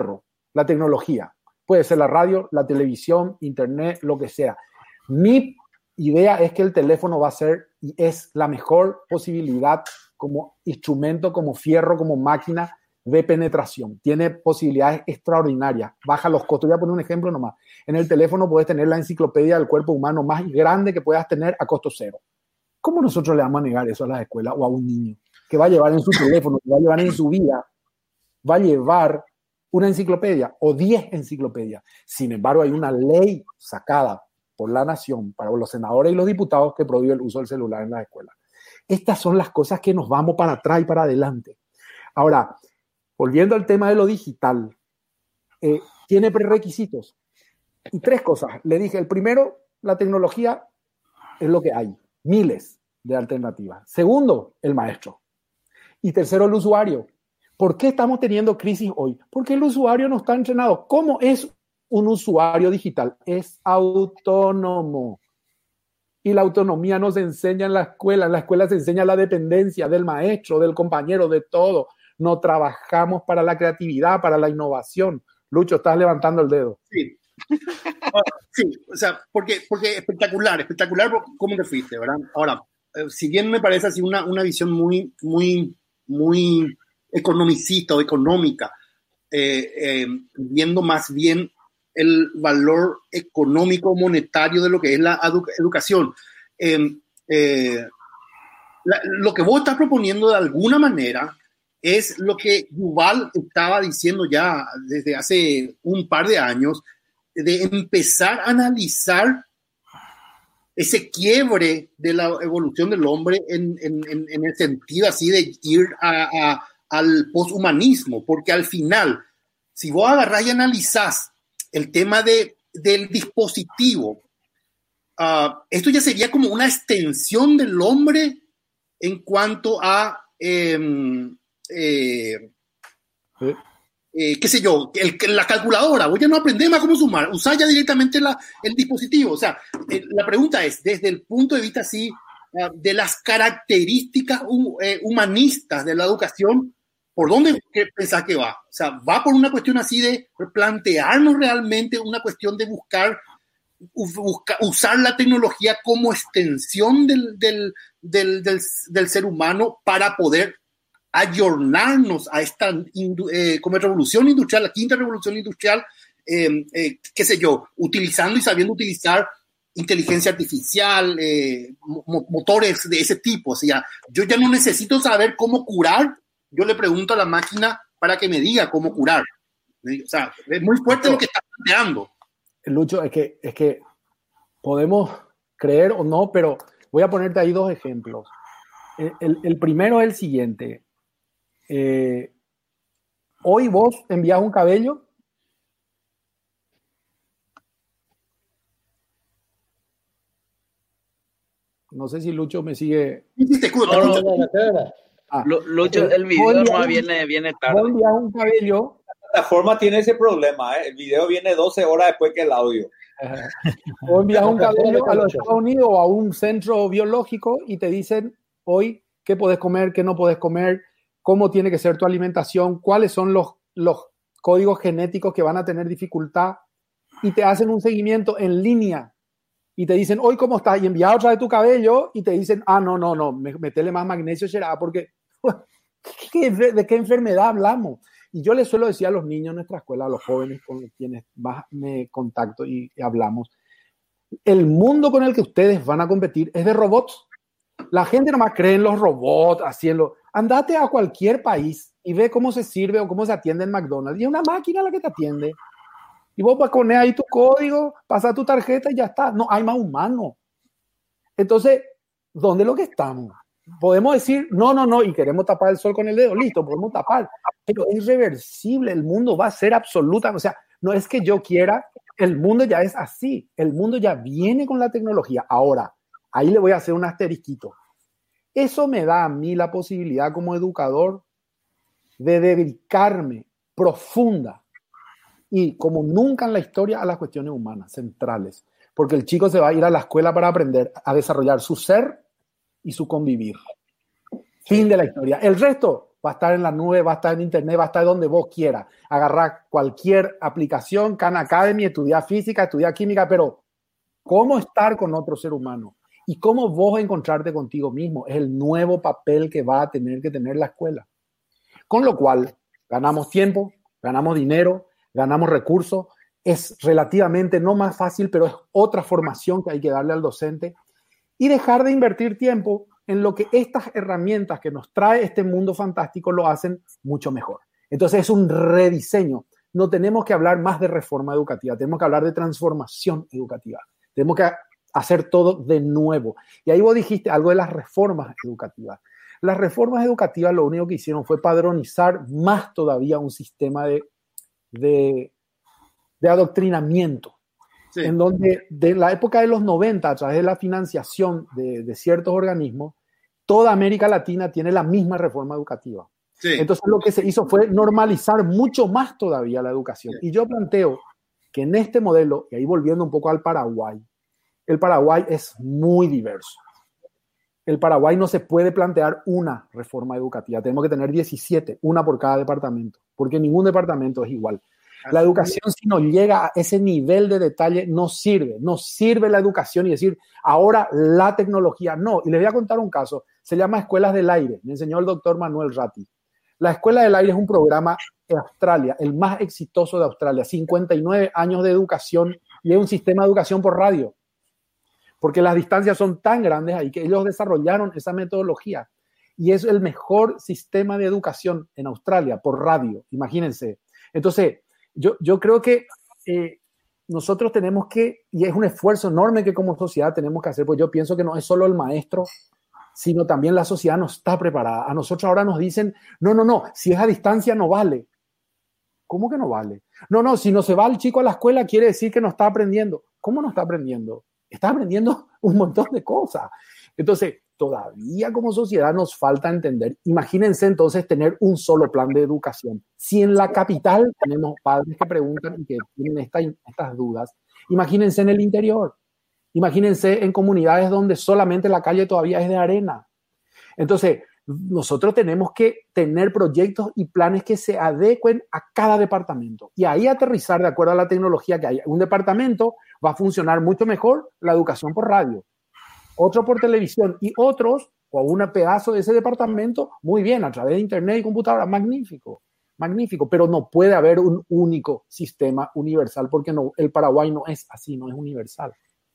[SPEAKER 6] la tecnología. Puede ser la radio, la televisión, internet, lo que sea. Mi idea es que el teléfono va a ser y es la mejor posibilidad como instrumento, como fierro, como máquina de penetración. Tiene posibilidades extraordinarias. Baja los costos. Voy a poner un ejemplo nomás. En el teléfono puedes tener la enciclopedia del cuerpo humano más grande que puedas tener a costo cero. ¿Cómo nosotros le vamos a negar eso a las escuelas o a un niño que va a llevar en su teléfono, que va a llevar en su vida, va a llevar una enciclopedia o 10 enciclopedias? Sin embargo, hay una ley sacada por la nación para los senadores y los diputados que prohíbe el uso del celular en las escuelas. Estas son las cosas que nos vamos para atrás y para adelante. Ahora, volviendo al tema de lo digital, tiene prerequisitos. Y 3 cosas. Le dije, el primero, la tecnología es lo que hay. Miles de alternativas. Segundo, el maestro. Y tercero, el usuario. ¿Por qué estamos teniendo crisis hoy? Porque el usuario no está entrenado. ¿Cómo es un usuario digital? Es autónomo. Y la autonomía no se enseña en la escuela. En la escuela se enseña la dependencia del maestro, del compañero, de todo. No trabajamos para la creatividad, para la innovación. Lucho, estás levantando el dedo.
[SPEAKER 3] Sí. Sí, o sea, porque espectacular cómo te fuiste, ¿verdad? Ahora, si bien me parece así una visión muy economicista o económica, viendo más bien el valor económico monetario de lo que es la educación. Lo que vos estás proponiendo de alguna manera es lo que Yuval estaba diciendo ya desde hace un par de años, de empezar a analizar ese quiebre de la evolución del hombre en el sentido así de ir al poshumanismo, porque al final, si vos agarrás y analizás el tema del dispositivo, esto ya sería como una extensión del hombre en cuanto a qué sé yo, la calculadora. Vos ya no aprendés más cómo sumar, usás ya directamente el dispositivo. O sea, la pregunta es, desde el punto de vista así, de las características humanistas de la educación, ¿por dónde pensás que va? O sea, ¿va por una cuestión así de plantearnos realmente una cuestión de usar la tecnología como extensión del ser humano para poder ayornarnos a esta como revolución industrial, la quinta revolución industrial, qué sé yo, utilizando y sabiendo utilizar inteligencia artificial, motores de ese tipo? O sea, yo ya no necesito saber cómo curar, yo le pregunto a la máquina para que me diga cómo curar. O sea, es muy fuerte lo que está planteando.
[SPEAKER 6] Lucho, es que podemos creer o no, pero voy a ponerte ahí 2 ejemplos. El primero es el siguiente. Hoy vos envías un cabello. No sé si Lucho me sigue.
[SPEAKER 2] Lucho, el video no viene tarde.
[SPEAKER 6] Vos envías un cabello.
[SPEAKER 7] La plataforma tiene ese problema, ¿eh? El video viene 12 horas después que el audio.
[SPEAKER 6] O envías un cabello a los Estados Unidos o a un centro biológico y te dicen hoy qué podés comer, qué no podés comer, cómo tiene que ser tu alimentación, cuáles son los códigos genéticos que van a tener dificultad, y te hacen un seguimiento en línea y te dicen hoy cómo estás, y envías otra vez tu cabello y te dicen no, metele más magnesio, será porque ¿de qué enfermedad hablamos? Y yo les suelo decir a los niños en nuestra escuela, a los jóvenes con quienes más me contacto y hablamos, el mundo con el que ustedes van a competir es de robots. La gente nomás cree en los robots, haciendo. Andate a cualquier país y ve cómo se sirve o cómo se atiende en McDonald's. Y es una máquina la que te atiende. Y vos vas a poner ahí tu código, pasar tu tarjeta y ya está. No hay más humano. Entonces, ¿dónde es lo que estamos? Podemos decir, no, y queremos tapar el sol con el dedo. Listo, podemos tapar. Pero es irreversible. El mundo va a ser absoluta. O sea, no es que yo quiera. El mundo ya es así. El mundo ya viene con la tecnología. Ahora, ahí le voy a hacer un asterisquito. Eso me da a mí la posibilidad como educador de dedicarme profunda y como nunca en la historia a las cuestiones humanas centrales. Porque el chico se va a ir a la escuela para aprender a desarrollar su ser y su convivir. Fin de la historia. El resto va a estar en la nube, va a estar en internet, va a estar donde vos quieras. Agarrar cualquier aplicación, Khan Academy, estudiar física, estudiar química, pero cómo estar con otro ser humano y cómo vos encontrarte contigo mismo es el nuevo papel que va a tener que tener la escuela. Con lo cual, ganamos tiempo, ganamos dinero, ganamos recursos. Es relativamente no más fácil, pero es otra formación que hay que darle al docente y dejar de invertir tiempo en lo que estas herramientas que nos trae este mundo fantástico lo hacen mucho mejor. Entonces es un rediseño. No tenemos que hablar más de reforma educativa, tenemos que hablar de transformación educativa. Tenemos que hacer todo de nuevo. Y ahí vos dijiste algo de las reformas educativas. Las reformas educativas lo único que hicieron fue padronizar más todavía un sistema de adoctrinamiento. Sí. En donde de la época de los 90, a través de la financiación de ciertos organismos, toda América Latina tiene la misma reforma educativa. Sí. Entonces lo que se hizo fue normalizar mucho más todavía la educación. Sí. Y yo planteo que en este modelo, y ahí volviendo un poco al Paraguay, el Paraguay es muy diverso. El Paraguay no se puede plantear una reforma educativa. Tenemos que tener 17, una por cada departamento, porque ningún departamento es igual. La educación, si no llega a ese nivel de detalle, no sirve. No sirve la educación y decir, ahora la tecnología. No, y les voy a contar un caso. Se llama Escuelas del Aire. Me enseñó el doctor Manuel Ratti. La Escuela del Aire es un programa en Australia, el más exitoso de Australia. 59 años de educación y es un sistema de educación por radio. Porque las distancias son tan grandes ahí que ellos desarrollaron esa metodología. Y es el mejor sistema de educación en Australia por radio. Imagínense. Entonces, yo creo que nosotros tenemos que, y es un esfuerzo enorme que como sociedad tenemos que hacer, pues yo pienso que no es solo el maestro, sino también la sociedad no está preparada. A nosotros ahora nos dicen, no, si es a distancia no vale. ¿Cómo que no vale? No, si no se va el chico a la escuela quiere decir que no está aprendiendo. ¿Cómo no está aprendiendo? Está aprendiendo un montón de cosas. Entonces, todavía como sociedad nos falta entender. Imagínense entonces tener un solo plan de educación. Si en la capital tenemos padres que preguntan y que tienen estas dudas, imagínense en el interior. Imagínense en comunidades donde solamente la calle todavía es de arena. Entonces, nosotros tenemos que tener proyectos y planes que se adecuen a cada departamento y ahí aterrizar de acuerdo a la tecnología que hay. Un departamento va a funcionar mucho mejor la educación por radio, otro por televisión y otros, o un pedazo de ese departamento, muy bien, a través de internet y computadora, magnífico, pero no puede haber un único sistema universal porque no, el Paraguay no es así, no es universal.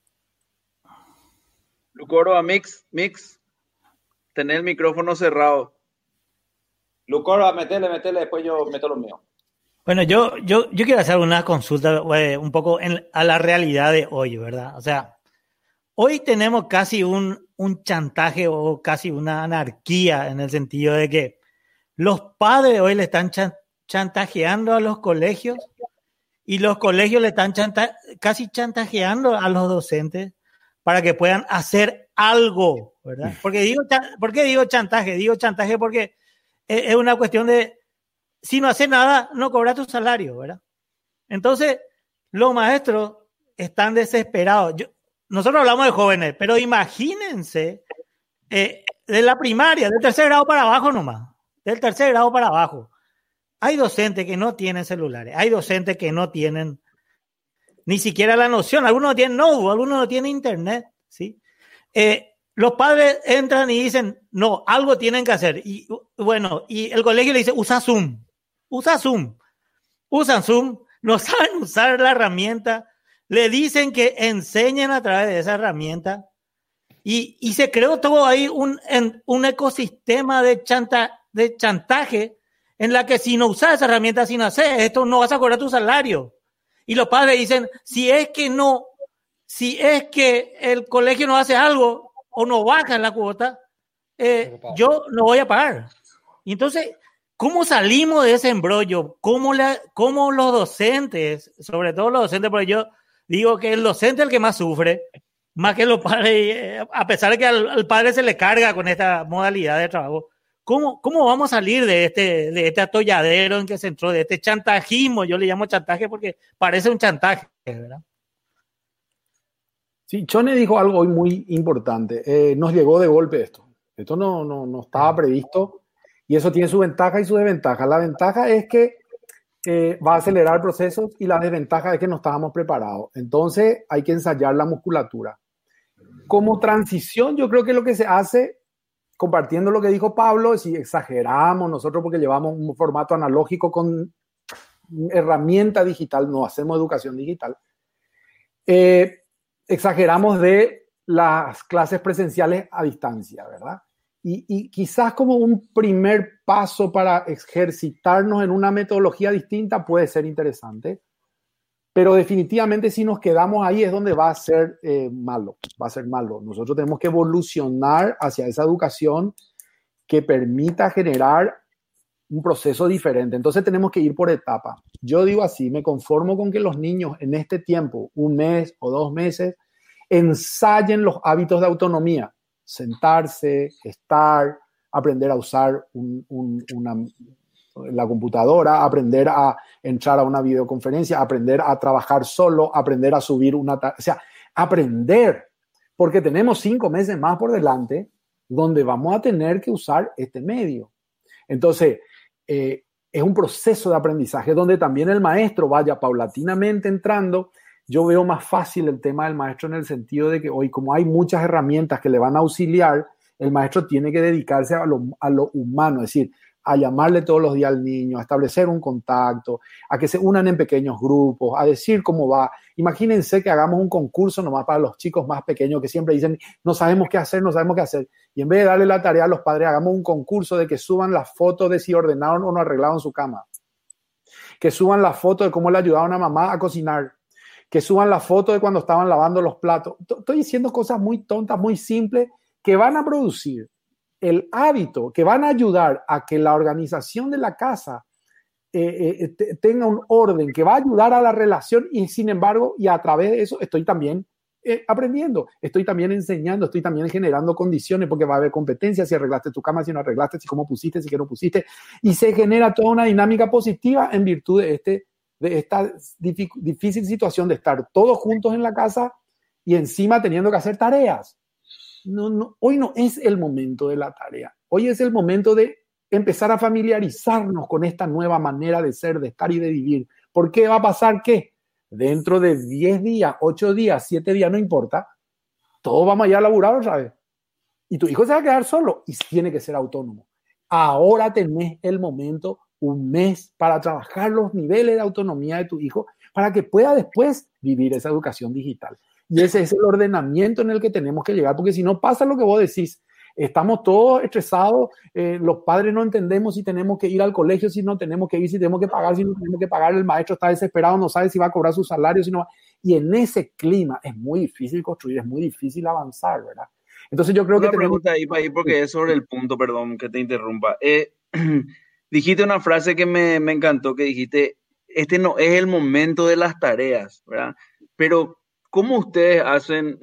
[SPEAKER 2] Lucoro, Mix, tener el micrófono cerrado.
[SPEAKER 7] Lucoro, metele, después yo meto lo mío.
[SPEAKER 5] Bueno, yo quiero hacer una consulta un poco a la realidad de hoy, ¿verdad? O sea, hoy tenemos casi un chantaje o casi una anarquía en el sentido de que los padres hoy le están chantajeando a los colegios y los colegios le están casi chantajeando a los docentes para que puedan hacer algo, ¿verdad? ¿Por qué digo chantaje? Digo chantaje porque es una cuestión de si no haces nada, no cobras tu salario, ¿verdad? Entonces, los maestros están desesperados. Nosotros hablamos de jóvenes, pero imagínense de la primaria, del tercer grado para abajo nomás, del tercer grado para abajo. Hay docentes que no tienen celulares, hay docentes que no tienen ni siquiera la noción, algunos no tienen notebook, algunos no tienen internet, ¿sí? Los padres entran y dicen, no, algo tienen que hacer. Y bueno, y el colegio le dice, usa Zoom, usan Zoom, no saben usar la herramienta, le dicen que enseñen a través de esa herramienta y se creó todo ahí un ecosistema de chantaje en la que si no usas esa herramienta, si no haces esto, no vas a cobrar tu salario. Y los padres dicen, si es que el colegio no hace algo o no baja la cuota, yo no voy a pagar. Y entonces, ¿cómo salimos de ese embrollo? ¿Cómo los docentes, sobre todo los docentes, porque yo digo que el docente es el que más sufre, más que los padres, a pesar de que al padre se le carga con esta modalidad de trabajo? ¿Cómo vamos a salir de este atolladero en que se entró, de este chantajismo? Yo le llamo chantaje porque parece un chantaje, ¿verdad?
[SPEAKER 6] Sí, Chone dijo algo hoy muy importante. Nos llegó de golpe esto. Esto no estaba previsto Y eso tiene su ventaja y su desventaja. La ventaja es que va a acelerar procesos y la desventaja es que no estábamos preparados. Entonces hay que ensayar la musculatura. Como transición, yo creo que lo que se hace, compartiendo lo que dijo Pablo, si exageramos nosotros porque llevamos un formato analógico con herramienta digital, no hacemos educación digital, exageramos de las clases presenciales a distancia, ¿verdad? Y quizás como un primer paso para ejercitarnos en una metodología distinta puede ser interesante, pero definitivamente si nos quedamos ahí es donde va a ser malo, va a ser malo. Nosotros tenemos que evolucionar hacia esa educación que permita generar un proceso diferente. Entonces tenemos que ir por etapas. Yo digo así, me conformo con que los niños en este tiempo, 1 mes o 2 meses, ensayen los hábitos de autonomía. Sentarse, estar, aprender a usar la computadora, aprender a entrar a una videoconferencia, aprender a trabajar solo, aprender a subir o sea, aprender, porque tenemos 5 meses más por delante donde vamos a tener que usar este medio. Entonces, es un proceso de aprendizaje donde también el maestro vaya paulatinamente entrando. Yo veo más fácil el tema del maestro en el sentido de que hoy, como hay muchas herramientas que le van a auxiliar, el maestro tiene que dedicarse a lo humano, es decir, a llamarle todos los días al niño, a establecer un contacto, a que se unan en pequeños grupos, a decir cómo va. Imagínense que hagamos un concurso nomás para los chicos más pequeños que siempre dicen, no sabemos qué hacer, no sabemos qué hacer. Y en vez de darle la tarea a los padres, hagamos un concurso de que suban las fotos de si ordenaron o no arreglaron su cama. Que suban las fotos de cómo le ayudaron a mamá a cocinar. Que suban la foto de cuando estaban lavando los platos. Estoy diciendo cosas muy tontas, muy simples, que van a producir el hábito, que van a ayudar a que la organización de la casa tenga un orden, que va a ayudar a la relación y sin embargo, y a través de eso estoy también aprendiendo, estoy también enseñando, estoy también generando condiciones porque va a haber competencia, si arreglaste tu cama, si no arreglaste, si cómo pusiste, si qué no pusiste, y se genera toda una dinámica positiva en virtud de esta difícil situación de estar todos juntos en la casa y encima teniendo que hacer tareas. No, hoy no es el momento de la tarea. Hoy es el momento de empezar a familiarizarnos con esta nueva manera de ser, de estar y de vivir. ¿Por qué va a pasar qué? Dentro de 10 días, 8 días, 7 días, no importa, todos vamos a ir a laburar otra vez. Y tu hijo se va a quedar solo y tiene que ser autónomo. Ahora tenés el momento, 1 mes, para trabajar los niveles de autonomía de tu hijo para que pueda después vivir esa educación digital. Y ese es el ordenamiento en el que tenemos que llegar, porque si no pasa lo que vos decís, estamos todos estresados, los padres no entendemos si tenemos que ir al colegio, si no tenemos que ir, si tenemos que pagar, si no tenemos que pagar, el maestro está desesperado, no sabe si va a cobrar su salario, si no va. Y en ese clima es muy difícil construir, es muy difícil avanzar, ¿verdad? Entonces yo creo que tenemos...
[SPEAKER 2] Una pregunta ahí para ir porque es sobre el punto, perdón que te interrumpa. Dijiste una frase que me encantó, que dijiste, este no es el momento de las tareas, ¿verdad? Pero ¿cómo ustedes hacen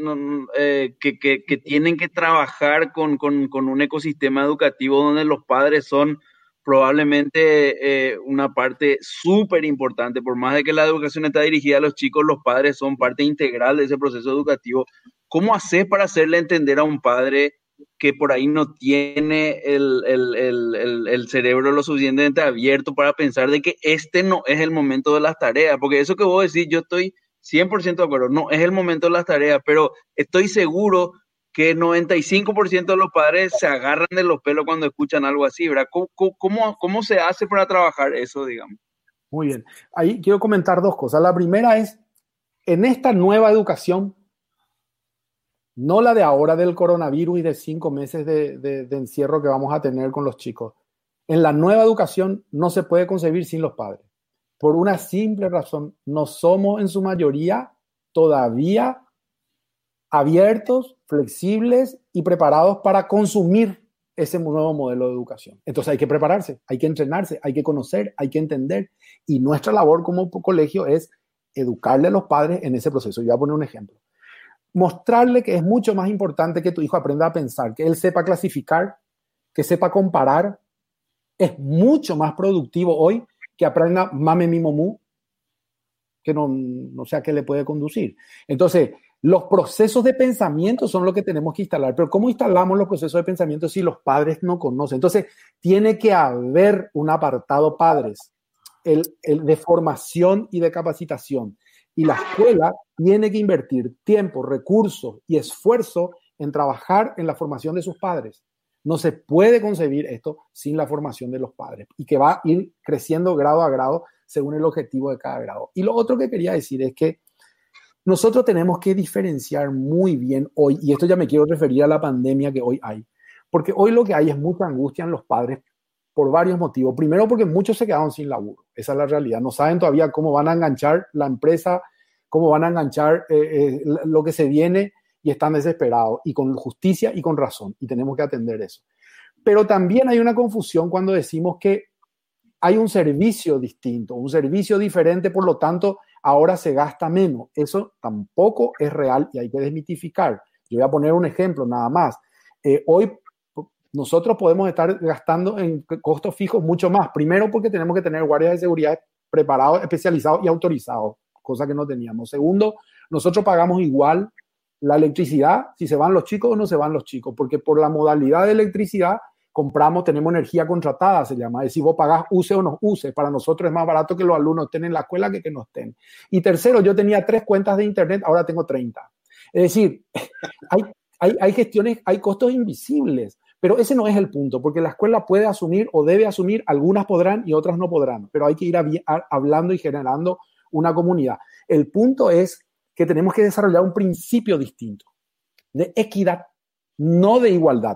[SPEAKER 2] que tienen que trabajar con un ecosistema educativo donde los padres son probablemente una parte súper importante? Por más de que la educación está dirigida a los chicos, los padres son parte integral de ese proceso educativo. ¿Cómo haces para hacerle entender a un padre que por ahí no tiene el cerebro lo suficientemente abierto para pensar de que este no es el momento de las tareas? Porque eso que vos decís, yo estoy 100% de acuerdo, no es el momento de las tareas, pero estoy seguro que 95% de los padres se agarran de los pelos cuando escuchan algo así, ¿verdad? ¿Cómo se hace para trabajar eso, digamos?
[SPEAKER 6] Muy bien. Ahí quiero comentar 2 cosas. La primera es, en esta nueva educación, no la de ahora del coronavirus y de 5 meses de encierro que vamos a tener con los chicos, en la nueva educación no se puede concebir sin los padres. Por una simple razón, no somos en su mayoría todavía abiertos, flexibles y preparados para consumir ese nuevo modelo de educación. Entonces hay que prepararse, hay que entrenarse, hay que conocer, hay que entender. Y nuestra labor como colegio es educarle a los padres en ese proceso. Yo voy a poner un ejemplo. Mostrarle que es mucho más importante que tu hijo aprenda a pensar, que él sepa clasificar, que sepa comparar. Es mucho más productivo hoy que aprenda mame, mi, momú, que no sé a qué le puede conducir. Entonces, Los procesos de pensamiento son lo que tenemos que instalar, pero ¿cómo instalamos los procesos de pensamiento si los padres no conocen? Entonces, tiene que haber un apartado padres, el de formación y de capacitación. Y la escuela tiene que invertir tiempo, recursos y esfuerzo en trabajar en la formación de sus padres. No se puede concebir esto sin la formación de los padres y que va a ir creciendo grado a grado según el objetivo de cada grado. Y lo otro que quería decir es que nosotros tenemos que diferenciar muy bien hoy, y esto ya me quiero referir a la pandemia que hoy hay, porque hoy lo que hay es mucha angustia en los padres por varios motivos. Primero, porque muchos se quedaron sin laburo. Esa es la realidad. No saben todavía cómo van a enganchar la empresa, cómo van a enganchar lo que se viene, y están desesperados, y con justicia y con razón, y tenemos que atender eso. Pero también hay una confusión cuando decimos que hay un servicio distinto, un servicio diferente, por lo tanto, ahora se gasta menos. Eso tampoco es real y hay que desmitificar. Yo voy a poner un ejemplo nada más. Hoy nosotros podemos estar gastando en costos fijos mucho más. Primero, porque tenemos que tener guardias de seguridad preparados, especializados y autorizados, cosa que no teníamos. Segundo, nosotros pagamos igual la electricidad si se van los chicos o no se van los chicos, porque por la modalidad de electricidad tenemos energía contratada, se llama. Es decir, vos pagás use o no use. Para nosotros es más barato que los alumnos estén en la escuela que no estén. Y tercero, yo tenía 3 cuentas de internet, ahora tengo 30. Es decir, hay gestiones, hay costos invisibles, pero ese no es el punto, porque la escuela puede asumir o debe asumir, algunas podrán y otras no podrán, pero hay que ir hablando y generando una comunidad. El punto es que tenemos que desarrollar un principio distinto de equidad, no de igualdad.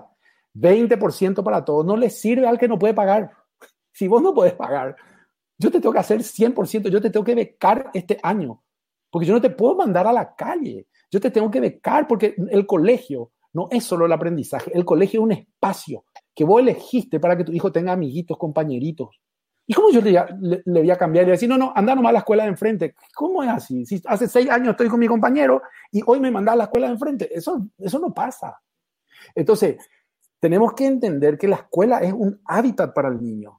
[SPEAKER 6] 20% para todos no le sirve al que no puede pagar. Si vos no podés pagar, yo te tengo que hacer 100%, yo te tengo que becar este año, porque yo no te puedo mandar a la calle. Yo te tengo que becar porque el colegio no es solo el aprendizaje, el colegio es un espacio que vos elegiste para que tu hijo tenga amiguitos, compañeritos. ¿Y cómo yo le voy a cambiar y le voy a decir, no, anda nomás a la escuela de enfrente? ¿Cómo es así? Si hace 6 años estoy con mi compañero y hoy me mandás a la escuela de enfrente, eso no pasa. Entonces, tenemos que entender que la escuela es un hábitat para el niño.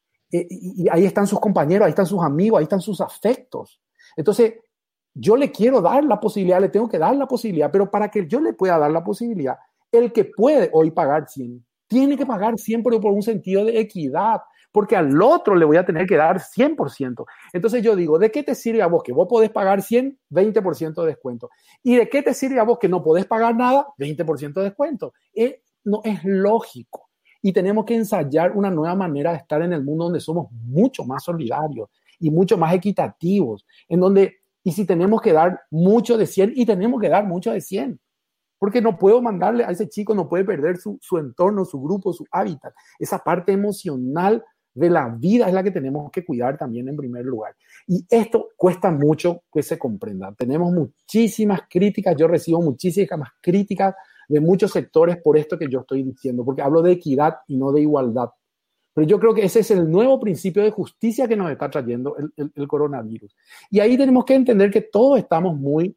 [SPEAKER 6] Y ahí están sus compañeros, ahí están sus amigos, ahí están sus afectos. Entonces, yo le quiero dar la posibilidad, le tengo que dar la posibilidad, pero para que yo le pueda dar la posibilidad, el que puede hoy pagar 100, tiene que pagar 100 por un sentido de equidad, porque al otro le voy a tener que dar 100%. Entonces yo digo, ¿de qué te sirve a vos que vos podés pagar 100? 20% de descuento. ¿Y de qué te sirve a vos que no podés pagar nada? 20% de descuento. No es lógico. Y tenemos que ensayar una nueva manera de estar en el mundo donde somos mucho más solidarios y mucho más equitativos, en donde, y si tenemos que dar mucho de 100, y tenemos que dar mucho de 100, porque no puedo mandarle a ese chico, no puede perder su entorno, su grupo, su hábitat. Esa parte emocional de la vida es la que tenemos que cuidar también en primer lugar. Y esto cuesta mucho que se comprenda. Tenemos muchísimas críticas, yo recibo muchísimas críticas de muchos sectores por esto que yo estoy diciendo, porque hablo de equidad y no de igualdad. Pero yo creo que ese es el nuevo principio de justicia que nos está trayendo el coronavirus. Y ahí tenemos que entender que todos estamos muy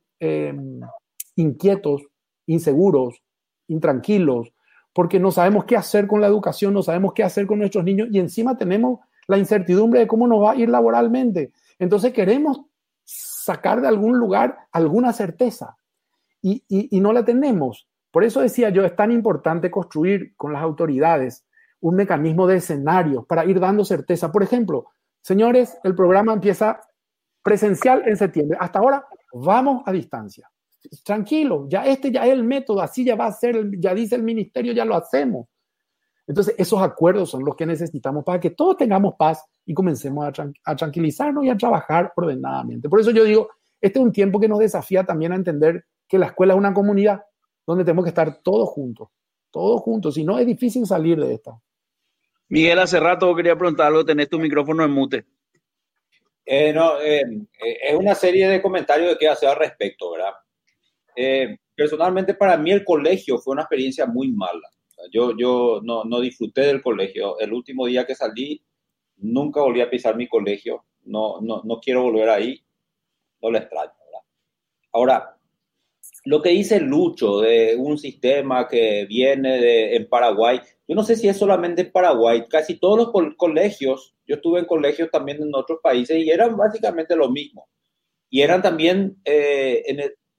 [SPEAKER 6] inquietos, inseguros, intranquilos, porque no sabemos qué hacer con la educación, no sabemos qué hacer con nuestros niños, y encima tenemos la incertidumbre de cómo nos va a ir laboralmente. Entonces queremos sacar de algún lugar alguna certeza y no la tenemos. Por eso decía yo, es tan importante construir con las autoridades un mecanismo de escenarios para ir dando certeza. Por ejemplo, señores, el programa empieza presencial en septiembre. Hasta ahora vamos a distancia. Tranquilo, ya es el método, así ya va a ser, ya dice el ministerio, ya lo hacemos. Entonces, esos acuerdos son los que necesitamos para que todos tengamos paz y comencemos a tranquilizarnos y a trabajar ordenadamente. Por eso yo digo, este es un tiempo que nos desafía también a entender que la escuela es una comunidad donde tenemos que estar todos juntos, si no es difícil salir de esta.
[SPEAKER 2] Miguel, hace rato quería preguntar algo, tenés tu micrófono en mute.
[SPEAKER 7] Es una serie de comentarios que quiero hacer al respecto, ¿verdad? Personalmente, para mí el colegio fue una experiencia muy mala. Yo no disfruté del colegio. El último día que salí, nunca volví a pisar mi colegio. No quiero volver ahí. No lo extraño, ¿verdad? Ahora, lo que dice Lucho de un sistema que viene en Paraguay, yo no sé si es solamente en Paraguay. Casi todos los colegios, yo estuve en colegios también en otros países y eran básicamente lo mismo. Y eran también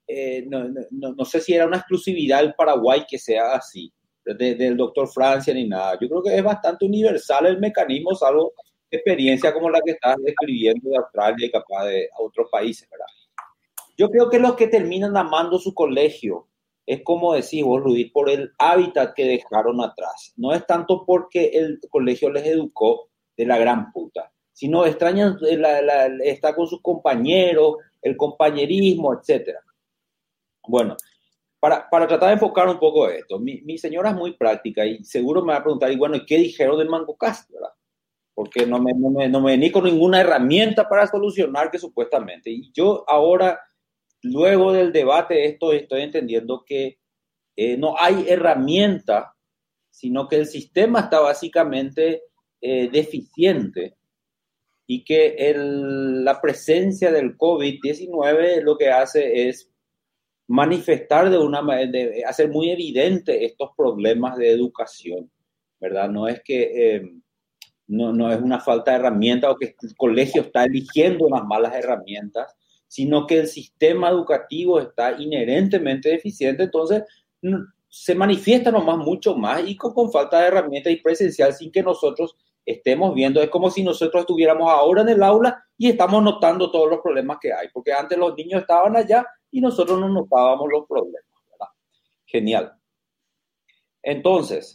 [SPEAKER 7] no sé si era una exclusividad del Paraguay que sea así, del doctor Francia ni nada. Yo creo que es bastante universal el mecanismo, salvo experiencia como la que estás describiendo de Australia y capaz de otros países, ¿verdad? Yo creo que los que terminan amando su colegio es como decís vos, Luis, por el hábitat que dejaron atrás. No es tanto porque el colegio les educó de la gran puta, sino extrañan estar con sus compañeros, el compañerismo, etc. Bueno, para tratar de enfocar un poco esto, mi señora es muy práctica y seguro me va a preguntar, y bueno, ¿y qué dijeron del MangoCast, verdad? Porque no me vení con ninguna herramienta para solucionar que supuestamente. Y yo ahora, luego del debate, estoy entendiendo que no hay herramienta, sino que el sistema está básicamente deficiente y que la presencia del COVID-19 lo que hace es manifestar hacer muy evidente estos problemas de educación, ¿verdad? No es que no es una falta de herramientas o que el colegio está eligiendo unas malas herramientas, sino que el sistema educativo está inherentemente deficiente, entonces se manifiesta nomás mucho más y con falta de herramientas y presencial sin que nosotros estemos viendo. Es como si nosotros estuviéramos ahora en el aula y estamos notando todos los problemas que hay, porque antes los niños estaban allá y nosotros no notábamos los problemas, ¿verdad? Genial. Entonces,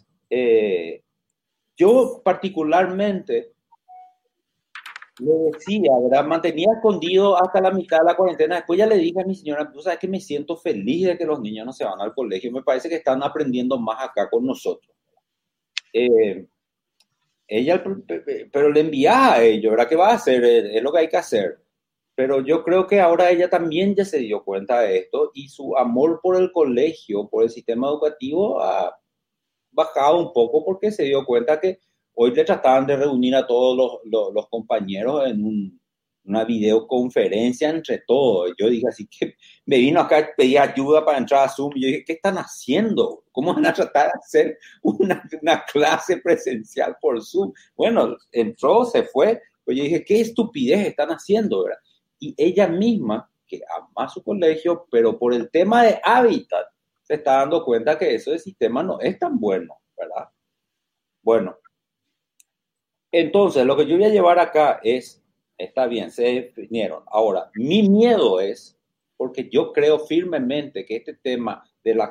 [SPEAKER 7] yo particularmente le decía, ¿verdad? Mantenía escondido hasta la mitad de la cuarentena. Después ya le dije a mi señora, tú sabes que me siento feliz de que los niños no se van al colegio. Me parece que están aprendiendo más acá con nosotros. Ella, pero le envía a ellos, ¿verdad? ¿Qué va a hacer? Es lo que hay que hacer. Pero yo creo que ahora ella también ya se dio cuenta de esto y su amor por el colegio, por el sistema educativo, ha bajado un poco porque se dio cuenta que hoy le trataban de reunir a todos los compañeros en una videoconferencia entre todos. Yo dije así que me vino acá a pedir ayuda para entrar a Zoom. Y yo dije, ¿qué están haciendo? ¿Cómo van a tratar de hacer una clase presencial por Zoom? Bueno, entró, se fue. Pues yo dije, ¿qué estupidez están haciendo, verdad? Y ella misma, que ama su colegio, pero por el tema de hábitat, se está dando cuenta que eso de sistema no es tan bueno, ¿verdad? Bueno, entonces lo que yo voy a llevar acá es, está bien, se definieron. Ahora, mi miedo es, porque yo creo firmemente que este tema de la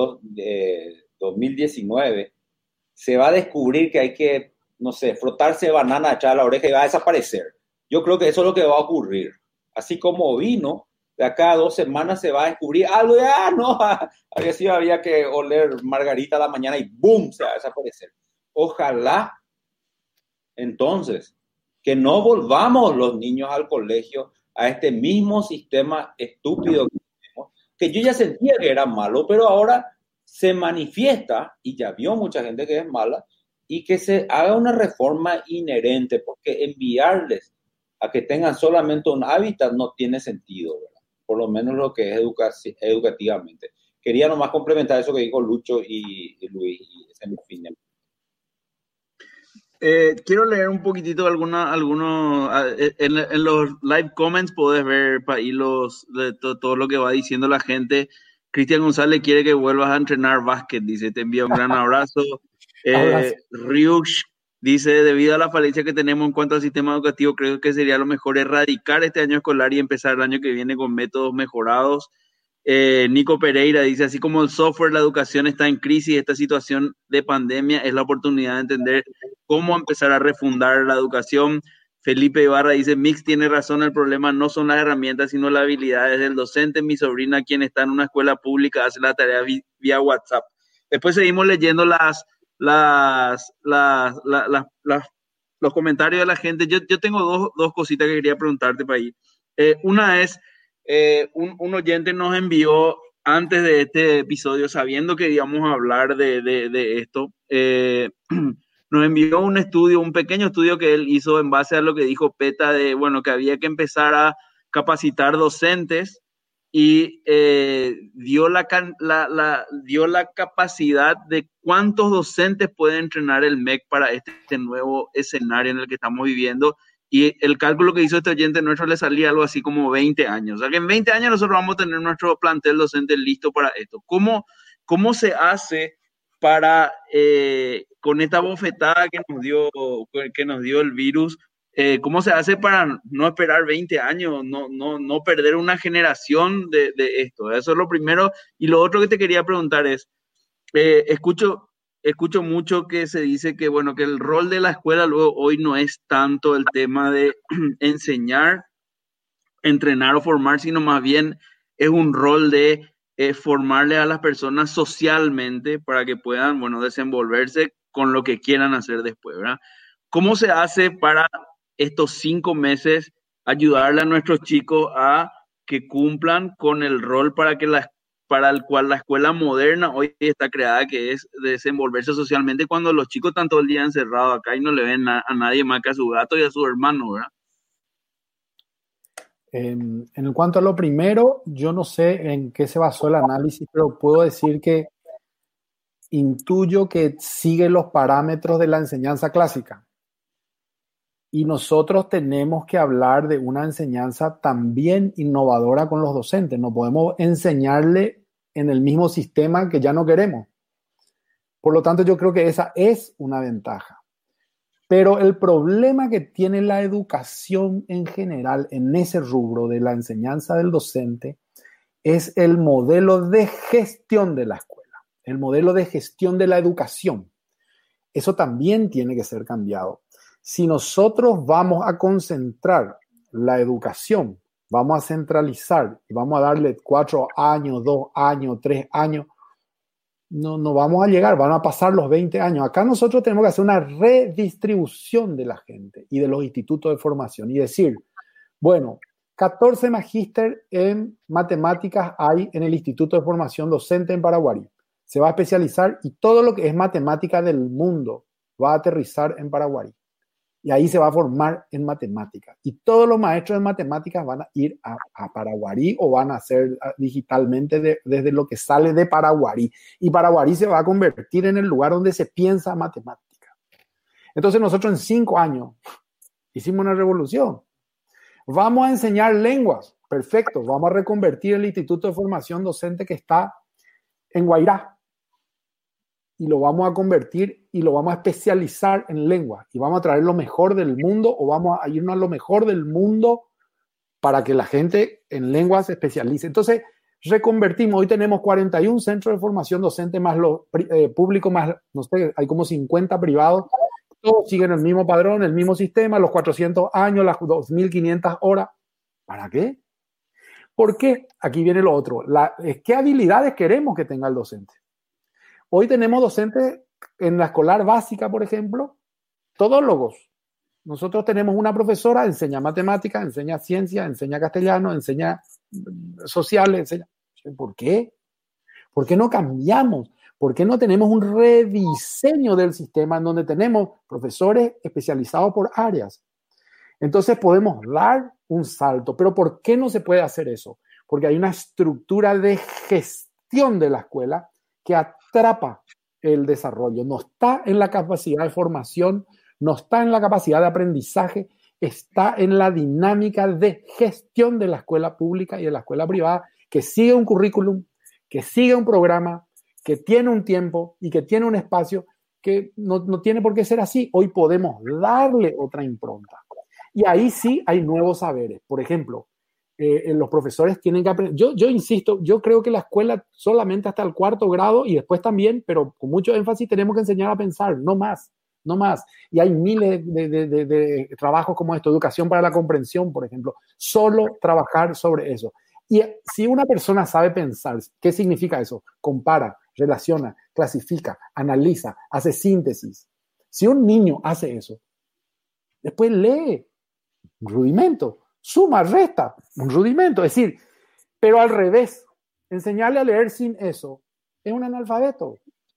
[SPEAKER 7] COVID-2019 se va a descubrir que hay que, no sé, frotarse banana, echar a la oreja y va a desaparecer. Yo creo que eso es lo que va a ocurrir. Así como vino, de acá a 2 semanas se va a descubrir algo de, había que oler margarita a la mañana y ¡boom! Se va a desaparecer. Ojalá, entonces, que no volvamos los niños al colegio a este mismo sistema estúpido que tenemos, que yo ya sentía que era malo, pero ahora se manifiesta, y ya vio mucha gente que es mala, y que se haga una reforma inherente, porque enviarles a que tengan solamente un hábitat no tiene sentido, ¿verdad? Por lo menos lo que es educativamente. Quería nomás complementar eso que dijo Lucho y Luis, y ese es mi fin.
[SPEAKER 2] Quiero leer un poquitito algunos en los live comments podés ver ahí todo lo que va diciendo la gente. Cristian González quiere que vuelvas a entrenar básquet, dice, te envía un gran abrazo. Ryush dice, debido a la falencia que tenemos en cuanto al sistema educativo, creo que sería lo mejor erradicar este año escolar y empezar el año que viene con métodos mejorados. Nico Pereira dice, así como el software, la educación está en crisis, esta situación de pandemia es la oportunidad de entender cómo empezar a refundar la educación. Felipe Ibarra dice, Mix tiene razón, el problema no son las herramientas, sino las habilidades del docente. Mi sobrina, quien está en una escuela pública, hace la tarea vía WhatsApp. Después seguimos leyendo los comentarios de la gente. Yo tengo dos cositas que quería preguntarte para ahí. Una es, un oyente nos envió antes de este episodio, sabiendo que íbamos a hablar de esto, nos envió un pequeño estudio que él hizo en base a lo que dijo PETA, que había que empezar a capacitar docentes, y dio la capacidad de cuántos docentes puede entrenar el MEC para este nuevo escenario en el que estamos viviendo, Y el cálculo que hizo este oyente nuestro le salía algo así como 20 años. O sea que en 20 años nosotros vamos a tener nuestro plantel docente listo para esto. ¿Cómo se hace para, con esta bofetada que nos dio el virus, cómo se hace para no esperar 20 años, no perder una generación de esto? Eso es lo primero. Y lo otro que te quería preguntar es, escucho mucho que se dice que, bueno, que el rol de la escuela luego hoy no es tanto el tema de enseñar, entrenar o formar, sino más bien es un rol de formarle a las personas socialmente para que puedan, bueno, desenvolverse con lo que quieran hacer después, ¿verdad? ¿Cómo se hace para estos 5 meses ayudarle a nuestros chicos a que cumplan con el rol para el cual la escuela moderna hoy está creada, que es desenvolverse socialmente, cuando los chicos están todo el día encerrados acá y no le ven a nadie más que a su gato y a su hermano, ¿verdad?
[SPEAKER 6] En cuanto a lo primero, yo no sé en qué se basó el análisis, pero puedo decir que intuyo que sigue los parámetros de la enseñanza clásica. Y nosotros tenemos que hablar de una enseñanza también innovadora con los docentes. No podemos enseñarle en el mismo sistema que ya no queremos. Por lo tanto, yo creo que esa es una ventaja. Pero el problema que tiene la educación en general en ese rubro de la enseñanza del docente es el modelo de gestión de la escuela, el modelo de gestión de la educación. Eso también tiene que ser cambiado. Si nosotros vamos a concentrar la educación, vamos a centralizar y vamos a darle 4 años, 2 años, 3 años, no vamos a llegar, van a pasar los 20 años. Acá nosotros tenemos que hacer una redistribución de la gente y de los institutos de formación y decir, bueno, 14 magíster en matemáticas hay en el Instituto de Formación Docente en Paraguarí. Se va a especializar y todo lo que es matemática del mundo va a aterrizar en Paraguarí. Y ahí se va a formar en matemáticas. Y todos los maestros de matemáticas van a ir a Paraguarí o van a hacer digitalmente desde lo que sale de Paraguarí. Y Paraguarí se va a convertir en el lugar donde se piensa matemática. Entonces nosotros en 5 años hicimos una revolución. Vamos a enseñar lenguas. Perfecto. Vamos a reconvertir el Instituto de Formación Docente que está en Guairá. Y lo vamos a convertir y lo vamos a especializar en lengua. Y vamos a traer lo mejor del mundo o vamos a irnos a lo mejor del mundo para que la gente en lengua se especialice. Entonces, reconvertimos. Hoy tenemos 41 centros de formación docente más los públicos, más, no sé, hay como 50 privados. Todos siguen el mismo padrón, el mismo sistema, los 400 años, las 2.500 horas. ¿Para qué? ¿Por qué? Aquí viene lo otro. ¿Qué habilidades queremos que tenga el docente? Hoy tenemos docentes en la escolar básica, por ejemplo, todólogos. Nosotros tenemos una profesora, enseña matemáticas, enseña ciencia, enseña castellano, enseña sociales, enseña... ¿Por qué? ¿Por qué no cambiamos? ¿Por qué no tenemos un rediseño del sistema en donde tenemos profesores especializados por áreas? Entonces podemos dar un salto. ¿Pero por qué no se puede hacer eso? Porque hay una estructura de gestión de la escuela que atrapa el desarrollo. No está en la capacidad de formación, no está en la capacidad de aprendizaje, está en la dinámica de gestión de la escuela pública y de la escuela privada, que sigue un currículum, que sigue un programa, que tiene un tiempo y que tiene un espacio que no tiene por qué ser así. Hoy podemos darle otra impronta. Y ahí sí hay nuevos saberes. Por ejemplo, los profesores tienen que aprender. Yo insisto, yo creo que la escuela solamente hasta el 4º grado y después también, pero con mucho énfasis tenemos que enseñar a pensar, no más. Y hay miles de trabajos como esto, educación para la comprensión, por ejemplo. Solo trabajar sobre eso. Y si una persona sabe pensar, ¿qué significa eso? Compara, relaciona, clasifica, analiza, hace síntesis. Si un niño hace eso, después lee un rudimento. Suma, resta, un rudimento. Es decir, pero al revés, enseñarle a leer sin eso es un analfabeto.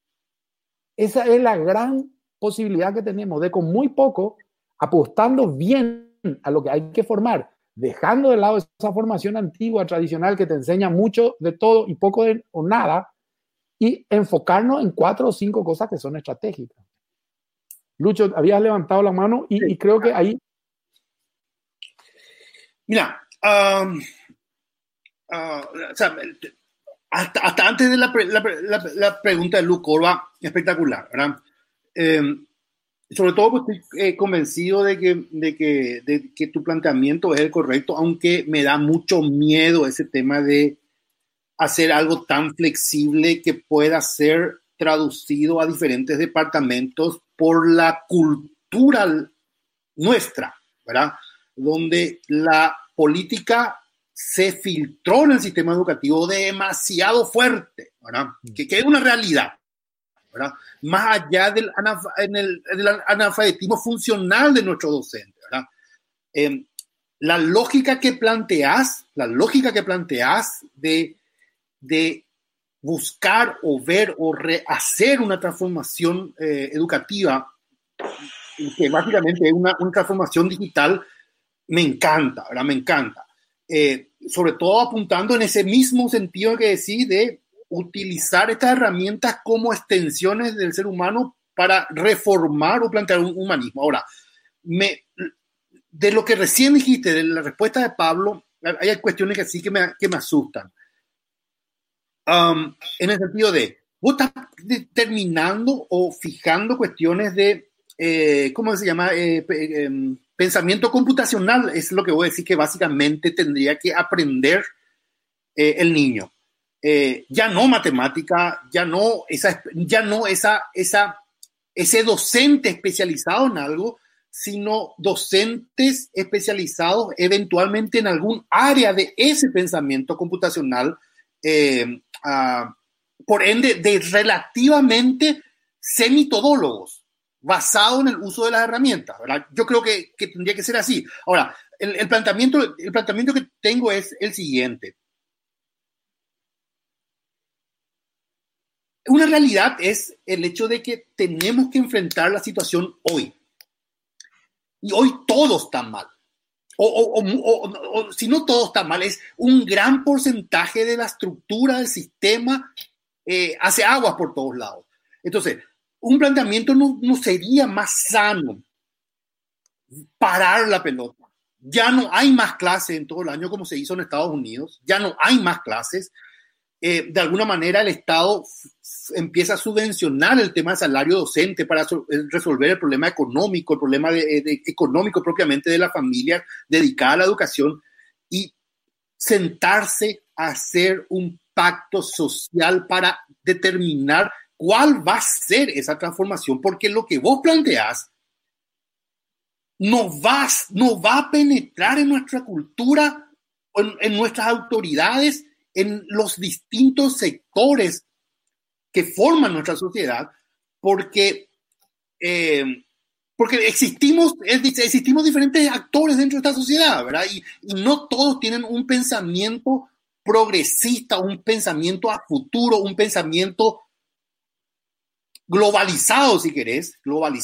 [SPEAKER 6] Esa es la gran posibilidad que tenemos de con muy poco, apostando bien a lo que hay que formar, dejando de lado esa formación antigua, tradicional, que te enseña mucho de todo y poco de o nada, y enfocarnos en 4 o 5 cosas que son estratégicas. Lucho, habías levantado la mano y creo que ahí...
[SPEAKER 3] Mira, o sea, hasta antes de la pregunta de Luke Corba, espectacular, ¿verdad? Sobre todo porque estoy convencido de que tu planteamiento es el correcto, aunque me da mucho miedo ese tema de hacer algo tan flexible que pueda ser traducido a diferentes departamentos por la cultura nuestra, ¿verdad? Donde la política se filtró en el sistema educativo demasiado fuerte, ¿verdad? Que es una realidad, ¿verdad? Más allá del analfabetismo funcional de nuestros docentes, ¿verdad? La lógica que planteas de buscar o ver o rehacer una transformación educativa, que básicamente es una transformación digital, me encanta, ¿verdad? Me encanta. Sobre todo apuntando en ese mismo sentido que decís de utilizar estas herramientas como extensiones del ser humano para reformar o plantear un humanismo. Ahora, de lo que recién dijiste, de la respuesta de Pablo, hay cuestiones que sí que me asustan. En el sentido de, vos estás determinando o fijando cuestiones de, ¿cómo se llama? Pensamiento computacional, es lo que voy a decir que básicamente tendría que aprender el niño. Ya no matemática, ya no ese docente especializado en algo, sino docentes especializados eventualmente en algún área de ese pensamiento computacional, por ende de relativamente semitodólogos, basado en el uso de las herramientas, ¿verdad? Yo creo que tendría que ser así. Ahora, el planteamiento que tengo es el siguiente. Una realidad es el hecho de que tenemos que enfrentar la situación hoy. Y hoy todo está mal. O si no todo está mal, es un gran porcentaje de la estructura del sistema hace aguas por todos lados. Entonces, un planteamiento no sería más sano parar la pelota. Ya no hay más clases en todo el año como se hizo en Estados Unidos. Ya no hay más clases. De alguna manera el Estado empieza a subvencionar el tema del salario docente para resolver el problema económico, el problema económico propiamente de la familia dedicada a la educación, y sentarse a hacer un pacto social para determinar cuál va a ser esa transformación, porque lo que vos planteás no va a penetrar en nuestra cultura, en nuestras autoridades, en los distintos sectores que forman nuestra sociedad, porque existimos diferentes actores dentro de esta sociedad, ¿verdad? Y no todos tienen un pensamiento progresista, un pensamiento a futuro, un pensamiento globalizado, si querés.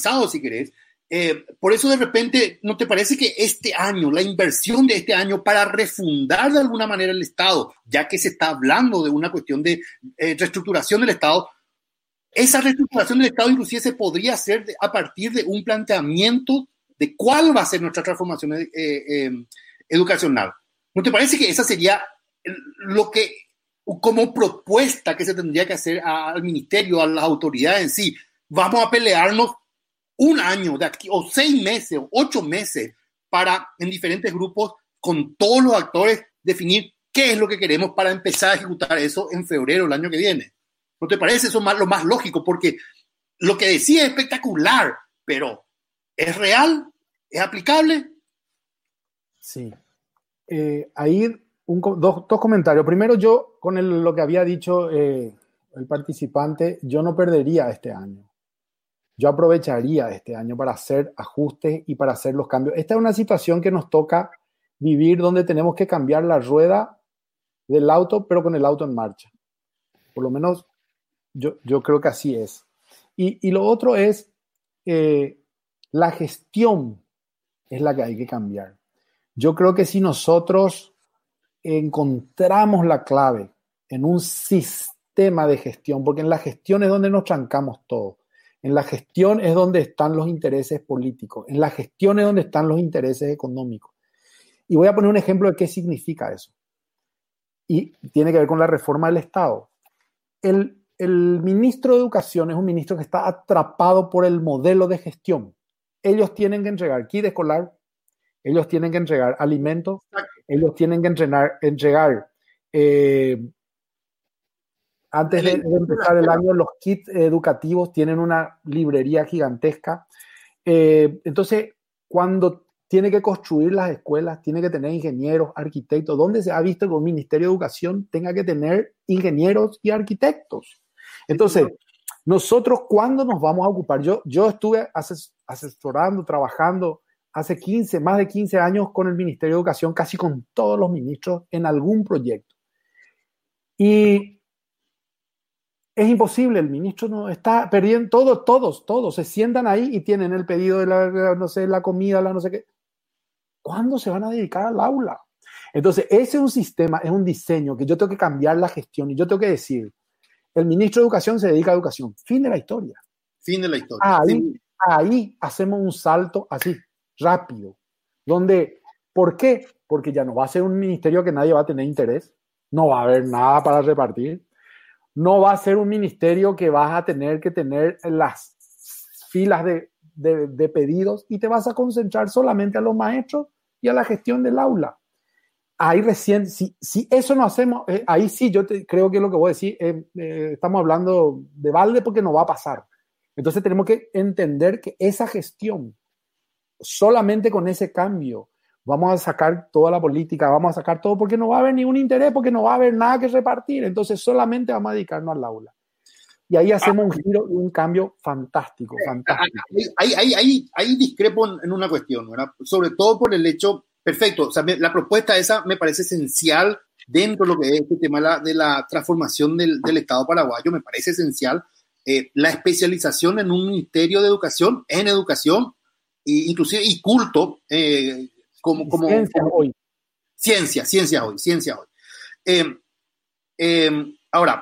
[SPEAKER 3] Por eso de repente, ¿no te parece que este año, la inversión de este año para refundar de alguna manera el Estado, ya que se está hablando de una cuestión de reestructuración del Estado, esa reestructuración del Estado inclusive se podría hacer a partir de un planteamiento de cuál va a ser nuestra transformación educacional? ¿No te parece que esa sería lo que, como propuesta que se tendría que hacer al ministerio, a las autoridades en sí? Vamos a pelearnos un año de aquí, o 6 meses, o 8 meses, para en diferentes grupos, con todos los actores, definir qué es lo que queremos para empezar a ejecutar eso en febrero del año que viene. ¿No te parece eso lo más lógico? Porque lo que decía es espectacular, pero ¿es real? ¿Es aplicable?
[SPEAKER 6] Sí. Ahí dos comentarios. Primero, yo, con lo que había dicho el participante, yo no perdería este año. Yo aprovecharía este año para hacer ajustes y para hacer los cambios. Esta es una situación que nos toca vivir donde tenemos que cambiar la rueda del auto, pero con el auto en marcha. Por lo menos yo creo que así es. Y lo otro es la gestión es la que hay que cambiar. Yo creo que si nosotros encontramos la clave en un sistema de gestión, porque en la gestión es donde nos trancamos todo. En la gestión es donde están los intereses políticos. En la gestión es donde están los intereses económicos. Y voy a poner un ejemplo de qué significa eso. Y tiene que ver con la reforma del Estado. El ministro de Educación es un ministro que está atrapado por el modelo de gestión. Ellos tienen que entregar kit escolar, ellos tienen que entregar alimentos, ellos tienen que entregar antes de empezar el año, los kits educativos tienen una librería gigantesca. Entonces, cuando tiene que construir las escuelas, tiene que tener ingenieros, arquitectos. ¿Dónde se ha visto que un Ministerio de Educación tenga que tener ingenieros y arquitectos? Entonces, nosotros, ¿cuándo nos vamos a ocupar? Yo estuve asesorando, trabajando hace más de 15 años con el Ministerio de Educación, casi con todos los ministros en algún proyecto. Y es imposible, el ministro no está perdiendo, todos se sientan ahí y tienen el pedido de la comida, la no sé qué. ¿Cuándo se van a dedicar al aula? Entonces, ese es un sistema, es un diseño que yo tengo que cambiar la gestión y yo tengo que decir, el ministro de Educación se dedica a educación. Fin de la historia.
[SPEAKER 3] Fin de la historia.
[SPEAKER 6] Ahí hacemos un salto así, rápido. ¿Por qué? Porque ya no va a ser un ministerio que nadie va a tener interés. No va a haber nada para repartir. No va a ser un ministerio que vas a tener que tener las filas de pedidos y te vas a concentrar solamente a los maestros y a la gestión del aula. Ahí recién, si eso no hacemos, ahí sí yo creo que es lo que voy a decir, estamos hablando de balde porque no va a pasar. Entonces tenemos que entender que esa gestión, solamente con ese cambio, vamos a sacar toda la política, vamos a sacar todo porque no va a haber ningún interés, porque no va a haber nada que repartir. Entonces solamente vamos a dedicarnos al aula. Y ahí hacemos un giro y un cambio fantástico.
[SPEAKER 3] Ahí discrepo en una cuestión, ¿verdad? Sobre todo por el hecho, perfecto, o sea, la propuesta esa me parece esencial dentro de lo que es este tema de la transformación del Estado paraguayo, me parece esencial. La especialización en un Ministerio de Educación, en educación, inclusive y culto, como ciencia hoy. Ahora,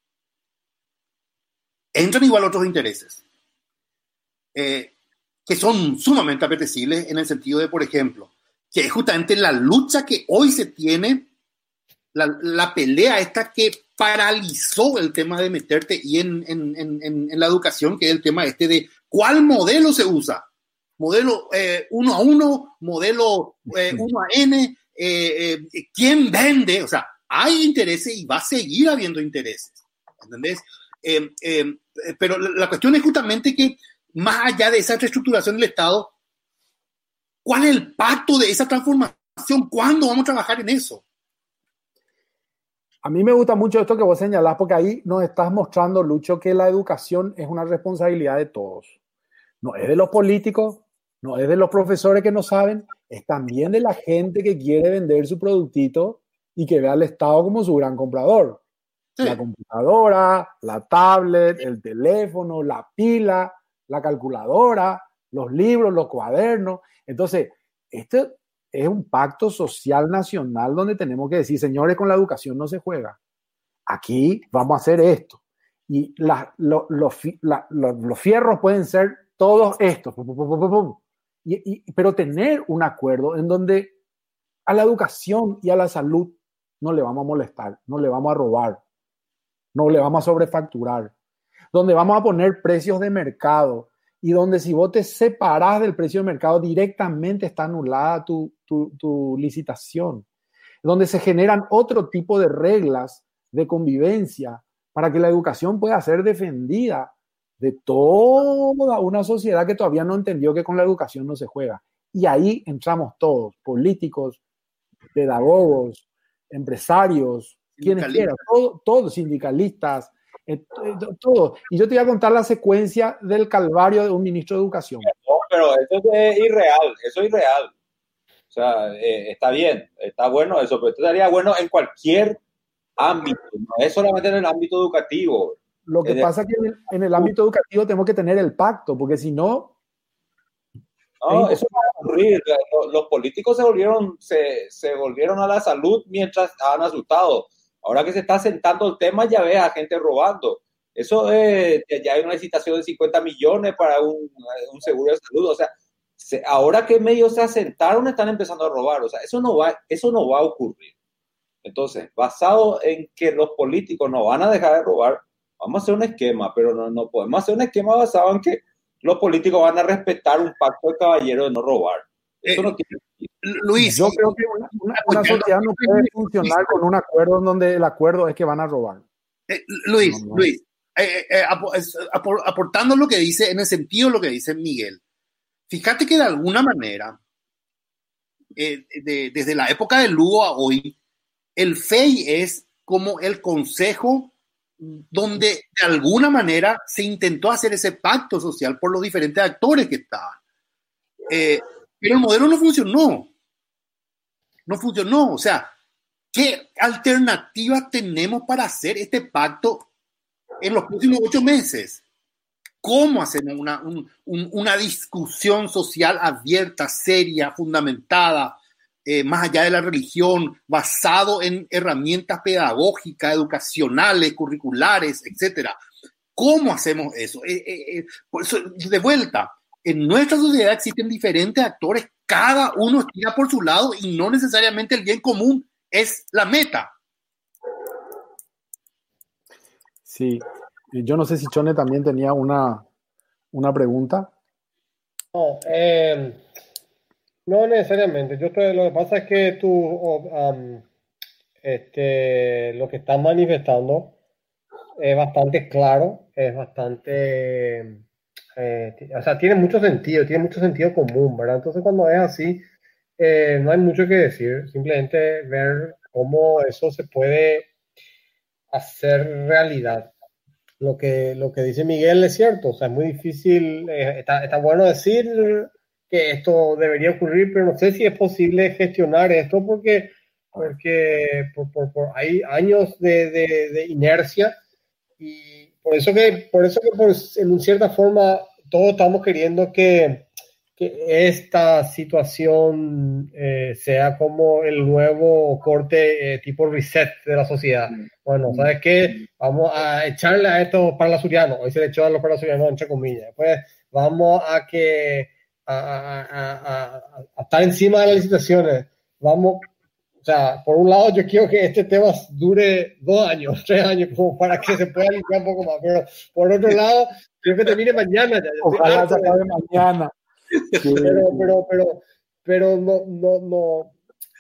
[SPEAKER 3] entran igual otros intereses que son sumamente apetecibles en el sentido de, por ejemplo, que es justamente la lucha que hoy se tiene, la pelea esta que paralizó el tema de meterte y en la educación, que es el tema este de cuál modelo se usa. Modelo 1 a 1, modelo 1 a N, ¿quién vende? O sea, hay intereses y va a seguir habiendo intereses, ¿entendés? Pero la cuestión es justamente que más allá de esa reestructuración del Estado, ¿cuál es el pacto de esa transformación? ¿Cuándo vamos a trabajar en eso?
[SPEAKER 6] A mí me gusta mucho esto que vos señalás, porque ahí nos estás mostrando, Lucho, que la educación es una responsabilidad de todos. No es de los políticos, no es de los profesores que no saben, es también de la gente que quiere vender su productito y que ve al Estado como su gran comprador. Sí. La computadora, la tablet, el teléfono, la pila, la calculadora, los libros, los cuadernos. Entonces, este es un pacto social nacional donde tenemos que decir, señores, con la educación no se juega. Aquí vamos a hacer esto. Y los fierros pueden ser todos estos. Pero tener un acuerdo en donde a la educación y a la salud no le vamos a molestar, no le vamos a robar, no le vamos a sobrefacturar, donde vamos a poner precios de mercado y donde si vos te separás del precio de mercado directamente está anulada tu licitación, donde se generan otro tipo de reglas de convivencia para que la educación pueda ser defendida de toda una sociedad que todavía no entendió que con la educación no se juega. Y ahí entramos todos, políticos, pedagogos, empresarios, quienes quieran, todos sindicalistas, todo. Y yo te voy a contar la secuencia del calvario de un ministro de Educación.
[SPEAKER 7] No, pero eso es irreal, O sea, está bien, está bueno eso, pero esto estaría bueno en cualquier ámbito, no es solamente en el ámbito educativo.
[SPEAKER 6] Lo que pasa es que en el ámbito educativo tenemos que tener el pacto, porque si no...
[SPEAKER 7] No, eso va a ocurrir. Los políticos se volvieron a la salud mientras estaban asustados. Ahora que se está sentando el tema, ya ves a gente robando. Eso ya hay una licitación de 50 millones para un seguro de salud. O sea, ahora que medios se asentaron, están empezando a robar. O sea, eso no va a ocurrir. Entonces, basado en que los políticos no van a dejar de robar, vamos a hacer un esquema, pero no podemos hacer un esquema basado en que los políticos van a respetar un pacto de caballero de no robar. Eso no tiene sentido.
[SPEAKER 3] Luis,
[SPEAKER 6] yo creo que una sociedad no puede funcionar con un acuerdo en donde el acuerdo es que van a robar.
[SPEAKER 3] Luis, aportando lo que dice, en el sentido de lo que dice Miguel, fíjate que de alguna manera, desde la época de Lugo a hoy, el FEI es como el consejo donde de alguna manera se intentó hacer ese pacto social por los diferentes actores que estaban. Pero el modelo no funcionó. No funcionó. O sea, ¿qué alternativas tenemos para hacer este pacto en los próximos 8 meses? ¿Cómo hacemos una discusión social abierta, seria, fundamentada, más allá de la religión, basado en herramientas pedagógicas, educacionales, curriculares, etcétera? ¿Cómo hacemos eso? Por eso, de vuelta, en nuestra sociedad existen diferentes actores, cada uno tira por su lado y no necesariamente el bien común es la meta.
[SPEAKER 6] Sí, yo no sé si Chone también tenía una pregunta.
[SPEAKER 4] No necesariamente. Lo que pasa es que lo que están manifestando es bastante claro, es bastante, o sea, tiene mucho sentido común, ¿verdad? Entonces, cuando es así, no hay mucho que decir, simplemente ver cómo eso se puede hacer realidad. Lo que dice Miguel es cierto, o sea, es muy difícil, está bueno decir que esto debería ocurrir, pero no sé si es posible gestionar esto porque hay años de inercia y por eso que en cierta forma todos estamos queriendo que esta situación sea como el nuevo corte tipo reset de la sociedad. Bueno, ¿sabes qué? Vamos a echarle a estos parlasurianos, hoy se le echó a los parlasurianos entre comillas, después vamos a estar encima de las licitaciones, vamos, o sea, por un lado yo quiero que este tema dure 2 años, 3 años, como para que se pueda limpiar un poco más, pero por otro lado, quiero que termine mañana.
[SPEAKER 6] Ojalá se acabe mañana.
[SPEAKER 4] Sí. Pero no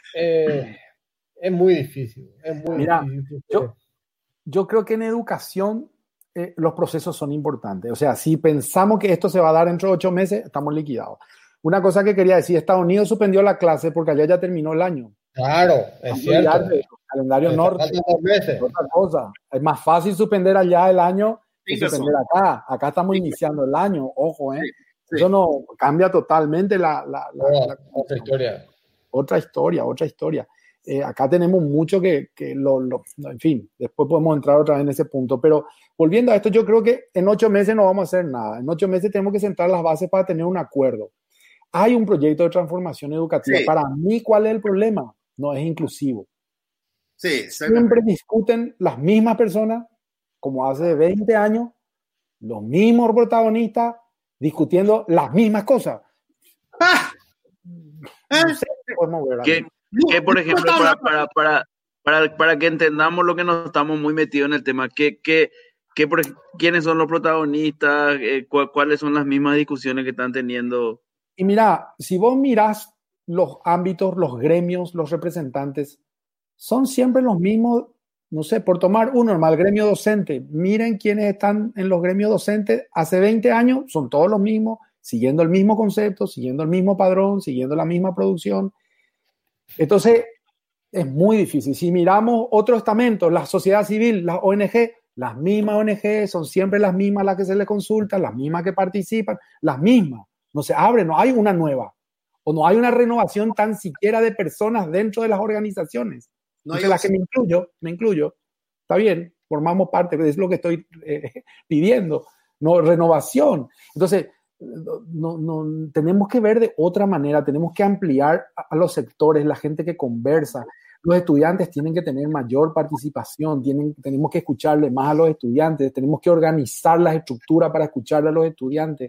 [SPEAKER 4] es muy difícil.
[SPEAKER 6] Mira,
[SPEAKER 4] difícil.
[SPEAKER 6] Yo creo que en educación los procesos son importantes. O sea, si pensamos que esto se va a dar dentro de 8 meses, estamos liquidados. Una cosa que quería decir, Estados Unidos suspendió la clase porque allá ya terminó el año.
[SPEAKER 4] Claro, es cierto.
[SPEAKER 6] Calendario norte. Otra cosa. Es más fácil suspender allá el año que suspender acá. Acá estamos iniciando el año, ojo, ¿eh? Sí. Eso no cambia totalmente
[SPEAKER 4] otra historia.
[SPEAKER 6] Otra historia. Acá tenemos mucho que en fin, después podemos entrar otra vez en ese punto, pero volviendo a esto, yo creo que en 8 meses no vamos a hacer nada. En 8 meses tenemos que sentar las bases para tener un acuerdo. Hay un proyecto de transformación educativa. Sí. Para mí, ¿cuál es el problema? No es inclusivo.
[SPEAKER 3] Sí,
[SPEAKER 6] siempre discuten las mismas personas, como hace 20 años, los mismos protagonistas, discutiendo las mismas cosas.
[SPEAKER 2] No sé si podemos ver algo. Que por ejemplo, para que entendamos lo que nos estamos muy metidos en el tema, ¿quiénes son los protagonistas? ¿Cuáles son las mismas discusiones que están teniendo?
[SPEAKER 6] Y mira, si vos mirás los ámbitos, los gremios, los representantes, son siempre los mismos. No sé, por tomar uno, el gremio docente. Miren quiénes están en los gremios docentes hace 20 años, son todos los mismos, siguiendo el mismo concepto, siguiendo el mismo padrón, siguiendo la misma producción. Entonces, es muy difícil. Si miramos otros estamentos, la sociedad civil, las ONG, las mismas ONG son siempre las mismas las que se les consultan, las mismas que participan, las mismas. No se abre, no hay una nueva. O no hay una renovación tan siquiera de personas dentro de las organizaciones. No hay las que me incluyo. Está bien, formamos parte, es lo que estoy pidiendo. No, renovación. Entonces, no, tenemos que ver de otra manera, tenemos que ampliar a los sectores, la gente que conversa. Los estudiantes tienen que tener mayor participación, tenemos que escucharle más a los estudiantes, tenemos que organizar las estructuras para escucharle a los estudiantes.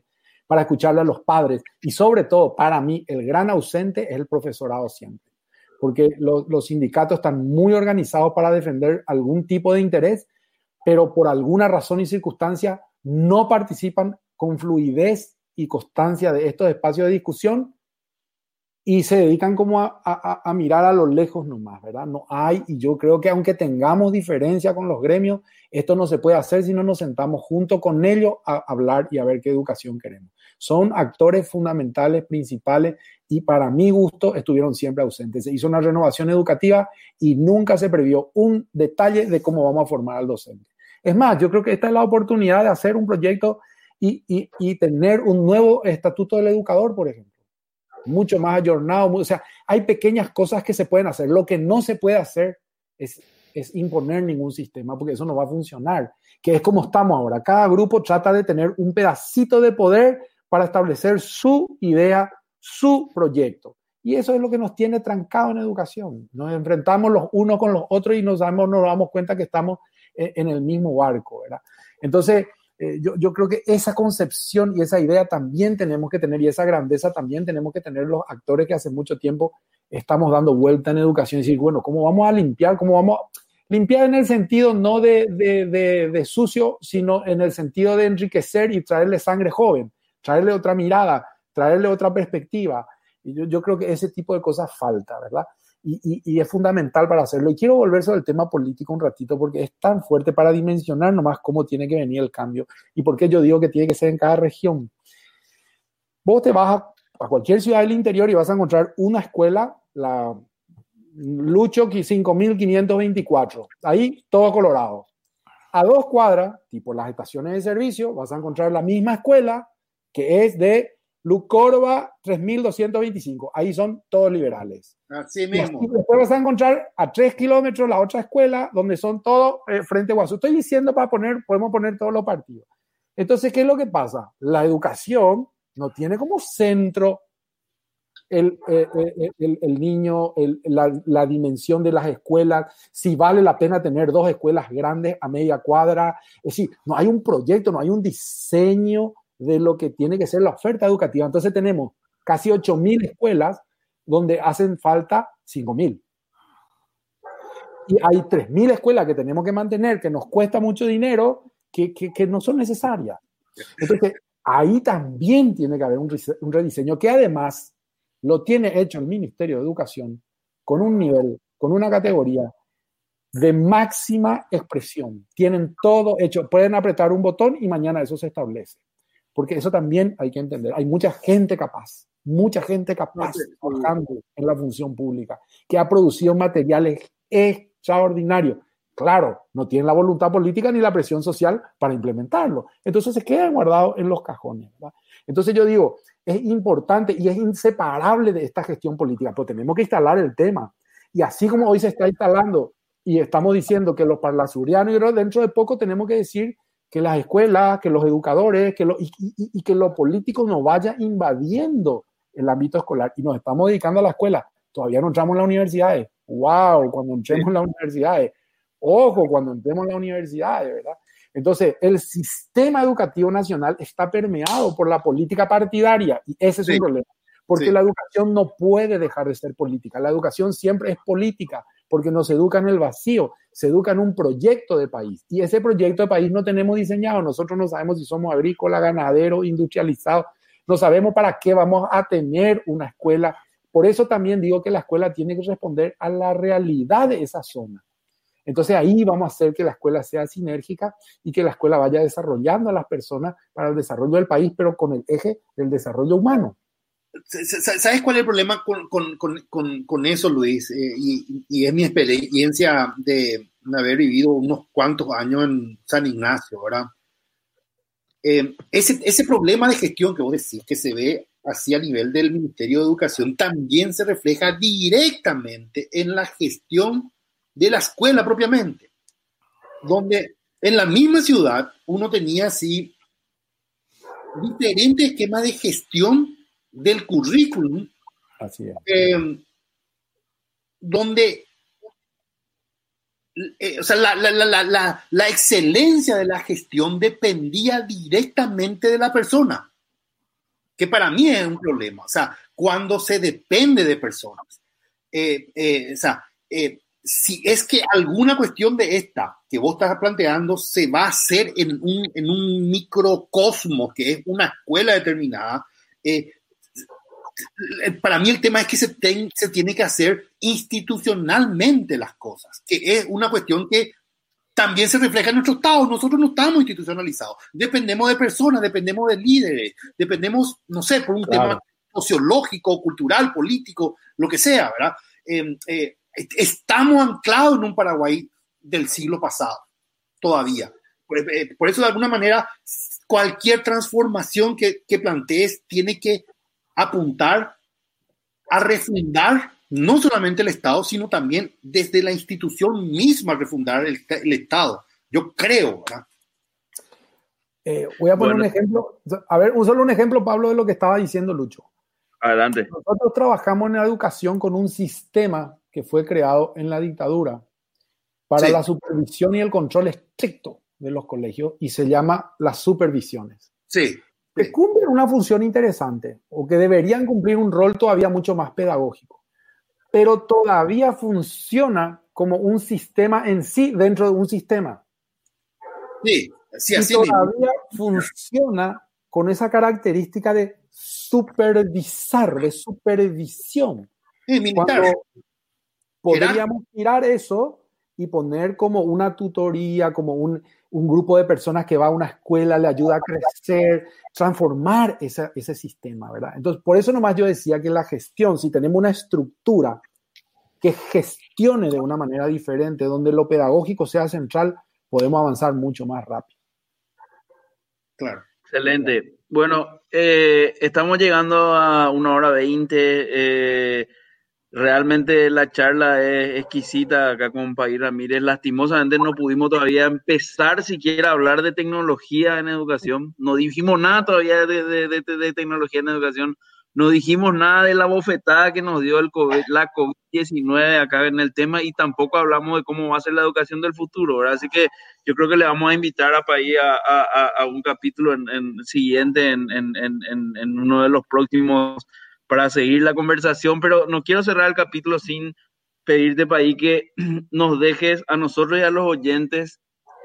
[SPEAKER 6] para escucharle a los padres. Y sobre todo, para mí, el gran ausente es el profesorado siempre. Porque los sindicatos están muy organizados para defender algún tipo de interés, pero por alguna razón y circunstancia no participan con fluidez y constancia de estos espacios de discusión y se dedican como a mirar a lo lejos nomás, ¿verdad? No hay, y yo creo que aunque tengamos diferencia con los gremios, esto no se puede hacer si no nos sentamos junto con ellos a hablar y a ver qué educación queremos. Son actores fundamentales, principales, y para mi gusto estuvieron siempre ausentes. Se hizo una renovación educativa y nunca se previó un detalle de cómo vamos a formar al docente. Es más, yo creo que esta es la oportunidad de hacer un proyecto y tener un nuevo estatuto del educador, por ejemplo. Mucho más ayornado, o sea, hay pequeñas cosas que se pueden hacer. Lo que no se puede hacer es imponer ningún sistema, porque eso no va a funcionar, que es como estamos ahora. Cada grupo trata de tener un pedacito de poder para establecer su idea, su proyecto. Y eso es lo que nos tiene trancado en educación. Nos enfrentamos los unos con los otros y nos damos cuenta que estamos en el mismo barco, ¿verdad? Entonces, yo creo que esa concepción y esa idea también tenemos que tener, y esa grandeza también tenemos que tener los actores que hace mucho tiempo estamos dando vuelta en educación y decir, bueno, ¿cómo vamos a limpiar? ¿Cómo vamos a limpiar en el sentido no de sucio, sino en el sentido de enriquecer y traerle sangre joven, traerle otra mirada, traerle otra perspectiva? Y yo creo que ese tipo de cosas falta, ¿verdad? Y es fundamental para hacerlo. Y quiero volver sobre el tema político un ratito porque es tan fuerte para dimensionar nomás cómo tiene que venir el cambio y por qué yo digo que tiene que ser en cada región. Vos te vas a cualquier ciudad del interior y vas a encontrar una escuela, la Lucho 5524, ahí todo Colorado. A 2 cuadras, tipo las estaciones de servicio, vas a encontrar la misma escuela que es de Lucórova 3225. Ahí son todos liberales.
[SPEAKER 3] Así mismo.
[SPEAKER 6] Y después vas a encontrar a 3 kilómetros la otra escuela donde son todos frente a Guazú. Estoy diciendo podemos poner todos los partidos. Entonces, ¿qué es lo que pasa? La educación no tiene como centro el niño, la dimensión de las escuelas, si vale la pena tener 2 escuelas grandes a media cuadra. Es decir, no hay un proyecto, no hay un diseño de lo que tiene que ser la oferta educativa. Entonces tenemos casi 8.000 escuelas donde hacen falta 5.000. Y hay 3.000 escuelas que tenemos que mantener, que nos cuesta mucho dinero, que no son necesarias. Entonces, ahí también tiene que haber un rediseño que además lo tiene hecho el Ministerio de Educación con un nivel, con una categoría de máxima expresión. Tienen todo hecho. Pueden apretar un botón y mañana eso se establece. Porque eso también hay que entender. Hay mucha gente capaz trabajando en la función pública, que ha producido materiales extraordinarios. Claro, no tienen la voluntad política ni la presión social para implementarlo. Entonces se quedan guardados en los cajones, ¿verdad? Entonces yo digo, es importante y es inseparable de esta gestión política, pero tenemos que instalar el tema. Y así como hoy se está instalando y estamos diciendo que los parlasurianos, y dentro de poco tenemos que decir que las escuelas, que los educadores, y que lo político no vaya invadiendo el ámbito escolar. Y nos estamos dedicando a la escuela. Todavía no entramos en las universidades. ¡Wow! Cuando entremos en las universidades. ¡Ojo! Cuando entremos en las universidades, ¿verdad? Entonces, el sistema educativo nacional está permeado por la política partidaria. Y ese es un problema. Porque la educación no puede dejar de ser política. La educación siempre es política, porque nos educa en el vacío, se educa en un proyecto de país. Y ese proyecto de país no tenemos diseñado. Nosotros no sabemos si somos agrícola, ganadero, industrializado. No sabemos para qué vamos a tener una escuela. Por eso también digo que la escuela tiene que responder a la realidad de esa zona. Entonces ahí vamos a hacer que la escuela sea sinérgica y que la escuela vaya desarrollando a las personas para el desarrollo del país, pero con el eje del desarrollo humano.
[SPEAKER 3] ¿Sabes cuál es el problema con eso, Luis? Y es mi experiencia de haber vivido unos cuantos años en San Ignacio, ¿verdad? Ese problema de gestión que vos decís que se ve así a nivel del Ministerio de Educación también se refleja directamente en la gestión de la escuela propiamente, donde en la misma ciudad uno tenía así diferentes esquemas de gestión del currículum,
[SPEAKER 6] así es.
[SPEAKER 3] Donde o sea, la excelencia de la gestión dependía directamente de la persona. que para mí es un problema. O sea, cuando se depende de personas. Si es que alguna cuestión de esta que vos estás planteando se va a hacer en un microcosmos, que es una escuela determinada, para mí el tema es que se tiene que hacer institucionalmente las cosas, que es una cuestión que también se refleja en nuestro Estado. Nosotros no estamos institucionalizados, dependemos de personas, dependemos de líderes, dependemos, no sé, por un tema sociológico, cultural, político, lo que sea, ¿verdad? Estamos anclados en un Paraguay del siglo pasado, todavía. Por eso, de alguna manera, cualquier transformación que plantees tiene que apuntar a refundar no solamente el Estado, sino también desde la institución misma refundar el Estado. Yo creo, ¿verdad?
[SPEAKER 6] Voy a poner un ejemplo. A ver, solo un ejemplo, Pablo, de lo que estaba diciendo Lucho.
[SPEAKER 2] Adelante.
[SPEAKER 6] Nosotros trabajamos en la educación con un sistema que fue creado en la dictadura para la supervisión y el control estricto de los colegios y se llama las supervisiones.
[SPEAKER 3] Sí.
[SPEAKER 6] Que cumplen una función interesante o que deberían cumplir un rol todavía mucho más pedagógico, pero todavía funciona como un sistema en sí dentro de un sistema.
[SPEAKER 3] Sí, sí, así
[SPEAKER 6] y todavía funciona con esa característica de supervisar, de supervisión.
[SPEAKER 3] Sí, militar.
[SPEAKER 6] Cuando podríamos tirar eso y poner como una tutoría, como un grupo de personas que va a una escuela, le ayuda a crecer, transformar ese sistema, ¿verdad? Entonces, por eso nomás yo decía que la gestión, si tenemos una estructura que gestione de una manera diferente, donde lo pedagógico sea central, podemos avanzar mucho más rápido.
[SPEAKER 3] Claro.
[SPEAKER 2] Excelente. Bueno, estamos llegando a 1:20. Realmente la charla es exquisita acá con País Ramírez. Lastimosamente no pudimos todavía empezar siquiera a hablar de tecnología en educación. No dijimos nada todavía de tecnología en educación. No dijimos nada de la bofetada que nos dio la COVID-19 acá en el tema y tampoco hablamos de cómo va a ser la educación del futuro, ¿verdad? Así que yo creo que le vamos a invitar a País a un capítulo siguiente en uno de los próximos para seguir la conversación, pero no quiero cerrar el capítulo sin pedirte, País, que nos dejes a nosotros y a los oyentes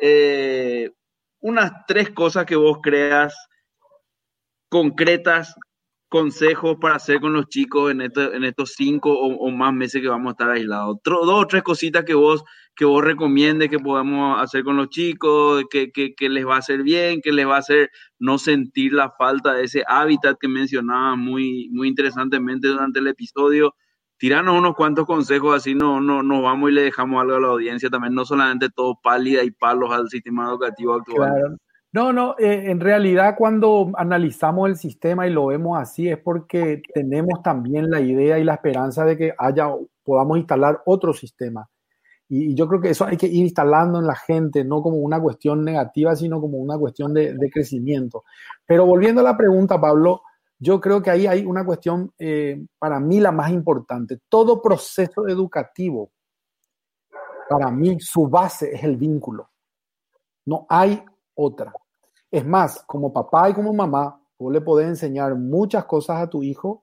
[SPEAKER 2] unas 3 cosas que vos creas concretas, consejos para hacer con los chicos en estos 5 o más meses que vamos a estar aislados. 2 o 3 cositas que vos recomiendes que podamos hacer con los chicos, que les va a hacer bien, que les va a hacer no sentir la falta de ese hábitat que mencionaba muy, muy interesantemente durante el episodio. Tiranos unos cuantos consejos, así no vamos y le dejamos algo a la audiencia también, no solamente todo pálida y palos al sistema educativo actual.
[SPEAKER 6] Claro. No, en realidad cuando analizamos el sistema y lo vemos así es porque tenemos también la idea y la esperanza de que podamos instalar otro sistema. Y yo creo que eso hay que ir instalando en la gente, no como una cuestión negativa, sino como una cuestión de crecimiento. Pero volviendo a la pregunta, Pablo, yo creo que ahí hay una cuestión, para mí la más importante. Todo proceso educativo, para mí, su base es el vínculo. No hay otra. Es más, como papá y como mamá, vos le podés enseñar muchas cosas a tu hijo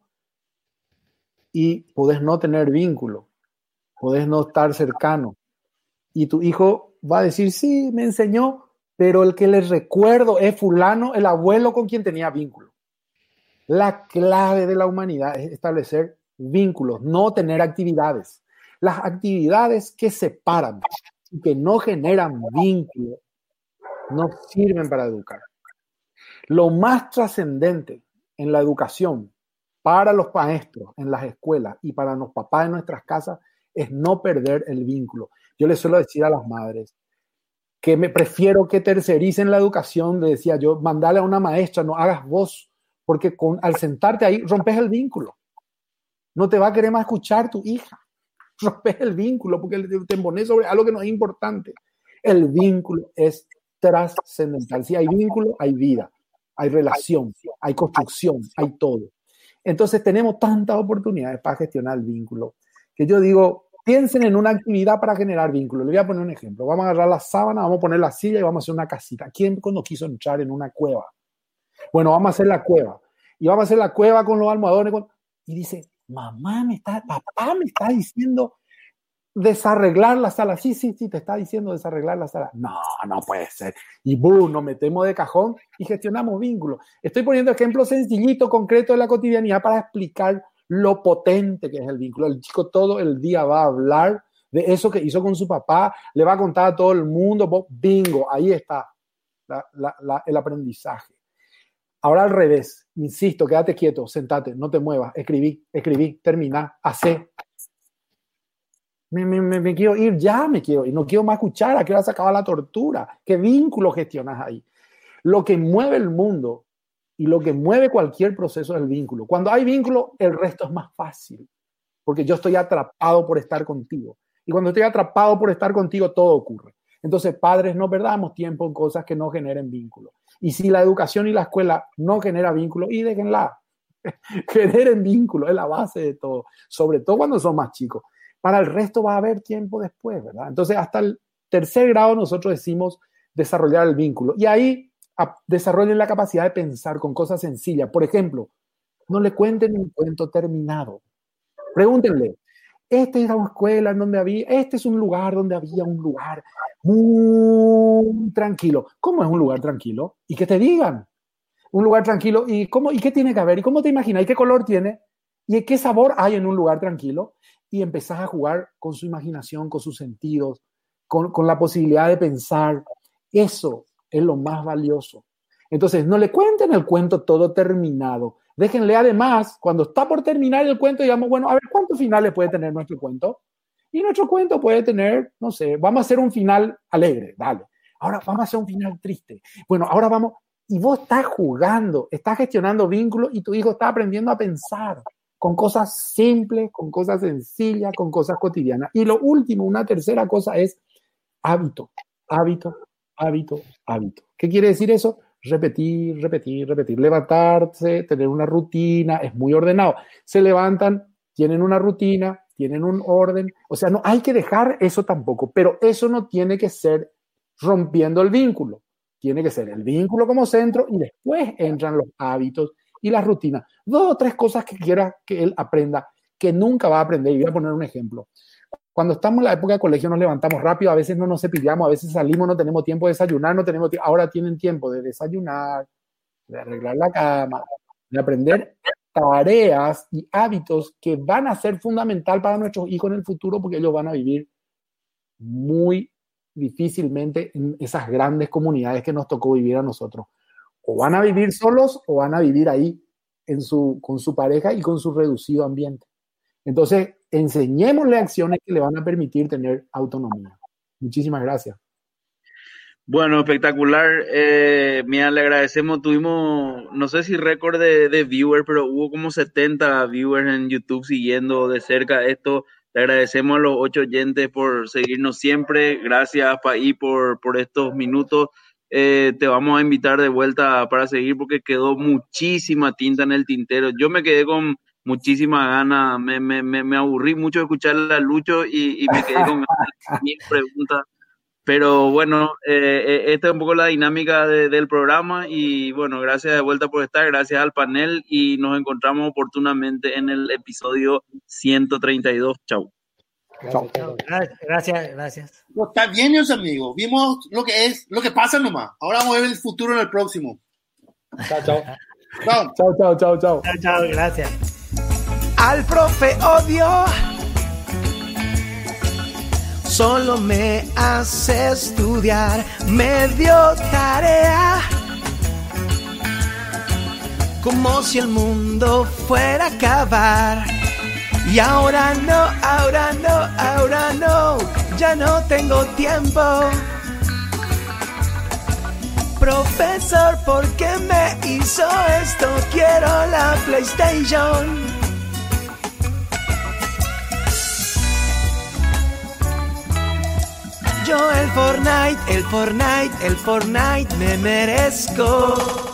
[SPEAKER 6] y podés no tener vínculo, podés no estar cercano. Y tu hijo va a decir, sí, me enseñó, pero el que le recuerdo es fulano, el abuelo con quien tenía vínculo. La clave de la humanidad es establecer vínculos, no tener actividades. Las actividades que separan y que no generan vínculo no sirven para educar. Lo más trascendente en la educación para los maestros en las escuelas y para los papás en nuestras casas es no perder el vínculo. Yo les suelo decir a las madres que me prefiero que tercericen la educación, le decía yo, mandale a una maestra, no hagas vos, porque al sentarte ahí rompes el vínculo. No te va a querer más escuchar tu hija. Rompes el vínculo porque te pones sobre algo que no es importante. El vínculo es trascendental. Si hay vínculo, hay vida, hay relación, hay construcción, hay todo. Entonces tenemos tantas oportunidades para gestionar el vínculo que yo digo, piensen en una actividad para generar vínculo. Le voy a poner un ejemplo. Vamos a agarrar la sábana, vamos a poner la silla y vamos a hacer una casita. ¿Quién cuando quiso entrar en una cueva? Bueno, vamos a hacer la cueva. y vamos a hacer la cueva con los almohadones. Y dice, papá me está diciendo desarreglar la sala. Sí, te está diciendo desarreglar la sala. No puede ser. Y boom, nos metemos de cajón y gestionamos vínculos. Estoy poniendo ejemplos sencillitos, concretos de la cotidianidad para explicar lo potente que es el vínculo. El chico todo el día va a hablar de eso que hizo con su papá, le va a contar a todo el mundo. Bingo, ahí está el aprendizaje. Ahora al revés, insisto, quédate quieto, sentate, no te muevas, escribí, terminá, hacé. Me quiero ir, no quiero más escuchar, ¿a qué hora se acaba la tortura? ¿Qué vínculo gestionas ahí? Lo que mueve el mundo y lo que mueve cualquier proceso es el vínculo. Cuando hay vínculo, el resto es más fácil, porque yo estoy atrapado por estar contigo. Y cuando estoy atrapado por estar contigo, todo ocurre. Entonces, padres, no perdamos tiempo en cosas que no generen vínculo. Y si la educación y la escuela no genera vínculo, y déjenla. Generen vínculo, es la base de todo. Sobre todo cuando son más chicos. Para el resto va a haber tiempo después, ¿verdad? Entonces, hasta el 3er grado nosotros decimos desarrollar el vínculo. Y ahí desarrollen la capacidad de pensar con cosas sencillas. Por ejemplo, no le cuenten un cuento terminado. Pregúntenle, esta era una escuela en donde este es un lugar donde había un lugar muy tranquilo. ¿Cómo es un lugar tranquilo? Y que te digan, un lugar tranquilo, ¿y qué tiene que haber? ¿Y cómo te imaginas? ¿Y qué color tiene? ¿Y qué sabor hay en un lugar tranquilo? Y empezás a jugar con su imaginación, con sus sentidos, con la posibilidad de pensar. Eso es lo más valioso. Entonces, no le cuenten el cuento todo terminado. Déjenle además, cuando está por terminar el cuento, digamos, bueno, a ver, ¿cuántos finales puede tener nuestro cuento? Y nuestro cuento puede tener, no sé, vamos a hacer un final alegre, dale. Ahora vamos a hacer un final triste. Bueno, ahora vamos, y vos estás jugando, estás gestionando vínculos y tu hijo está aprendiendo a pensar con cosas simples, con cosas sencillas, con cosas cotidianas. Y lo último, una tercera cosa es hábito. ¿Qué quiere decir eso? Repetir. Levantarse, tener una rutina, es muy ordenado. Se levantan, tienen una rutina, tienen un orden. O sea, no hay que dejar eso tampoco, pero eso no tiene que ser rompiendo el vínculo. Tiene que ser el vínculo como centro y después entran los hábitos y las rutinas. 2 o 3 cosas que quiera que él aprenda, que nunca va a aprender. Y voy a poner un ejemplo. Cuando estamos en la época de colegio nos levantamos rápido, a veces no nos cepillamos, a veces salimos, no tenemos tiempo de desayunar, ahora tienen tiempo de desayunar, de arreglar la cama, de aprender tareas y hábitos que van a ser fundamental para nuestros hijos en el futuro porque ellos van a vivir muy difícilmente en esas grandes comunidades que nos tocó vivir a nosotros. O van a vivir solos o van a vivir ahí con su pareja y con su reducido ambiente. Entonces, enseñémosle acciones que le van a permitir tener autonomía. Muchísimas gracias.
[SPEAKER 2] Bueno, espectacular. Mira, le agradecemos. Tuvimos, no sé si récord de viewers, pero hubo como 70 viewers en YouTube siguiendo de cerca esto. Le agradecemos a los 8 oyentes por seguirnos siempre. Gracias, Paí, por estos minutos. Te vamos a invitar de vuelta para seguir porque quedó muchísima tinta en el tintero. Yo me quedé con muchísimas ganas. Me aburrí mucho de escucharle a Lucho y me quedé con 1000 preguntas. Pero bueno, esta es un poco la dinámica del programa y bueno, gracias de vuelta por estar, gracias al panel y nos encontramos oportunamente en el episodio 132. Chau.
[SPEAKER 5] Chau. Gracias.
[SPEAKER 3] No, está bien, mis amigos. Vimos lo que pasa nomás. Ahora vamos a ver el futuro en el próximo.
[SPEAKER 4] Chao.
[SPEAKER 5] Chao, gracias.
[SPEAKER 8] Al profe odio. Solo me hace estudiar, me dio tarea. Como si el mundo fuera a acabar. Y ahora no, ya no tengo tiempo. Profesor, ¿por qué me hizo esto? Quiero la PlayStation. Yo el Fortnite me merezco.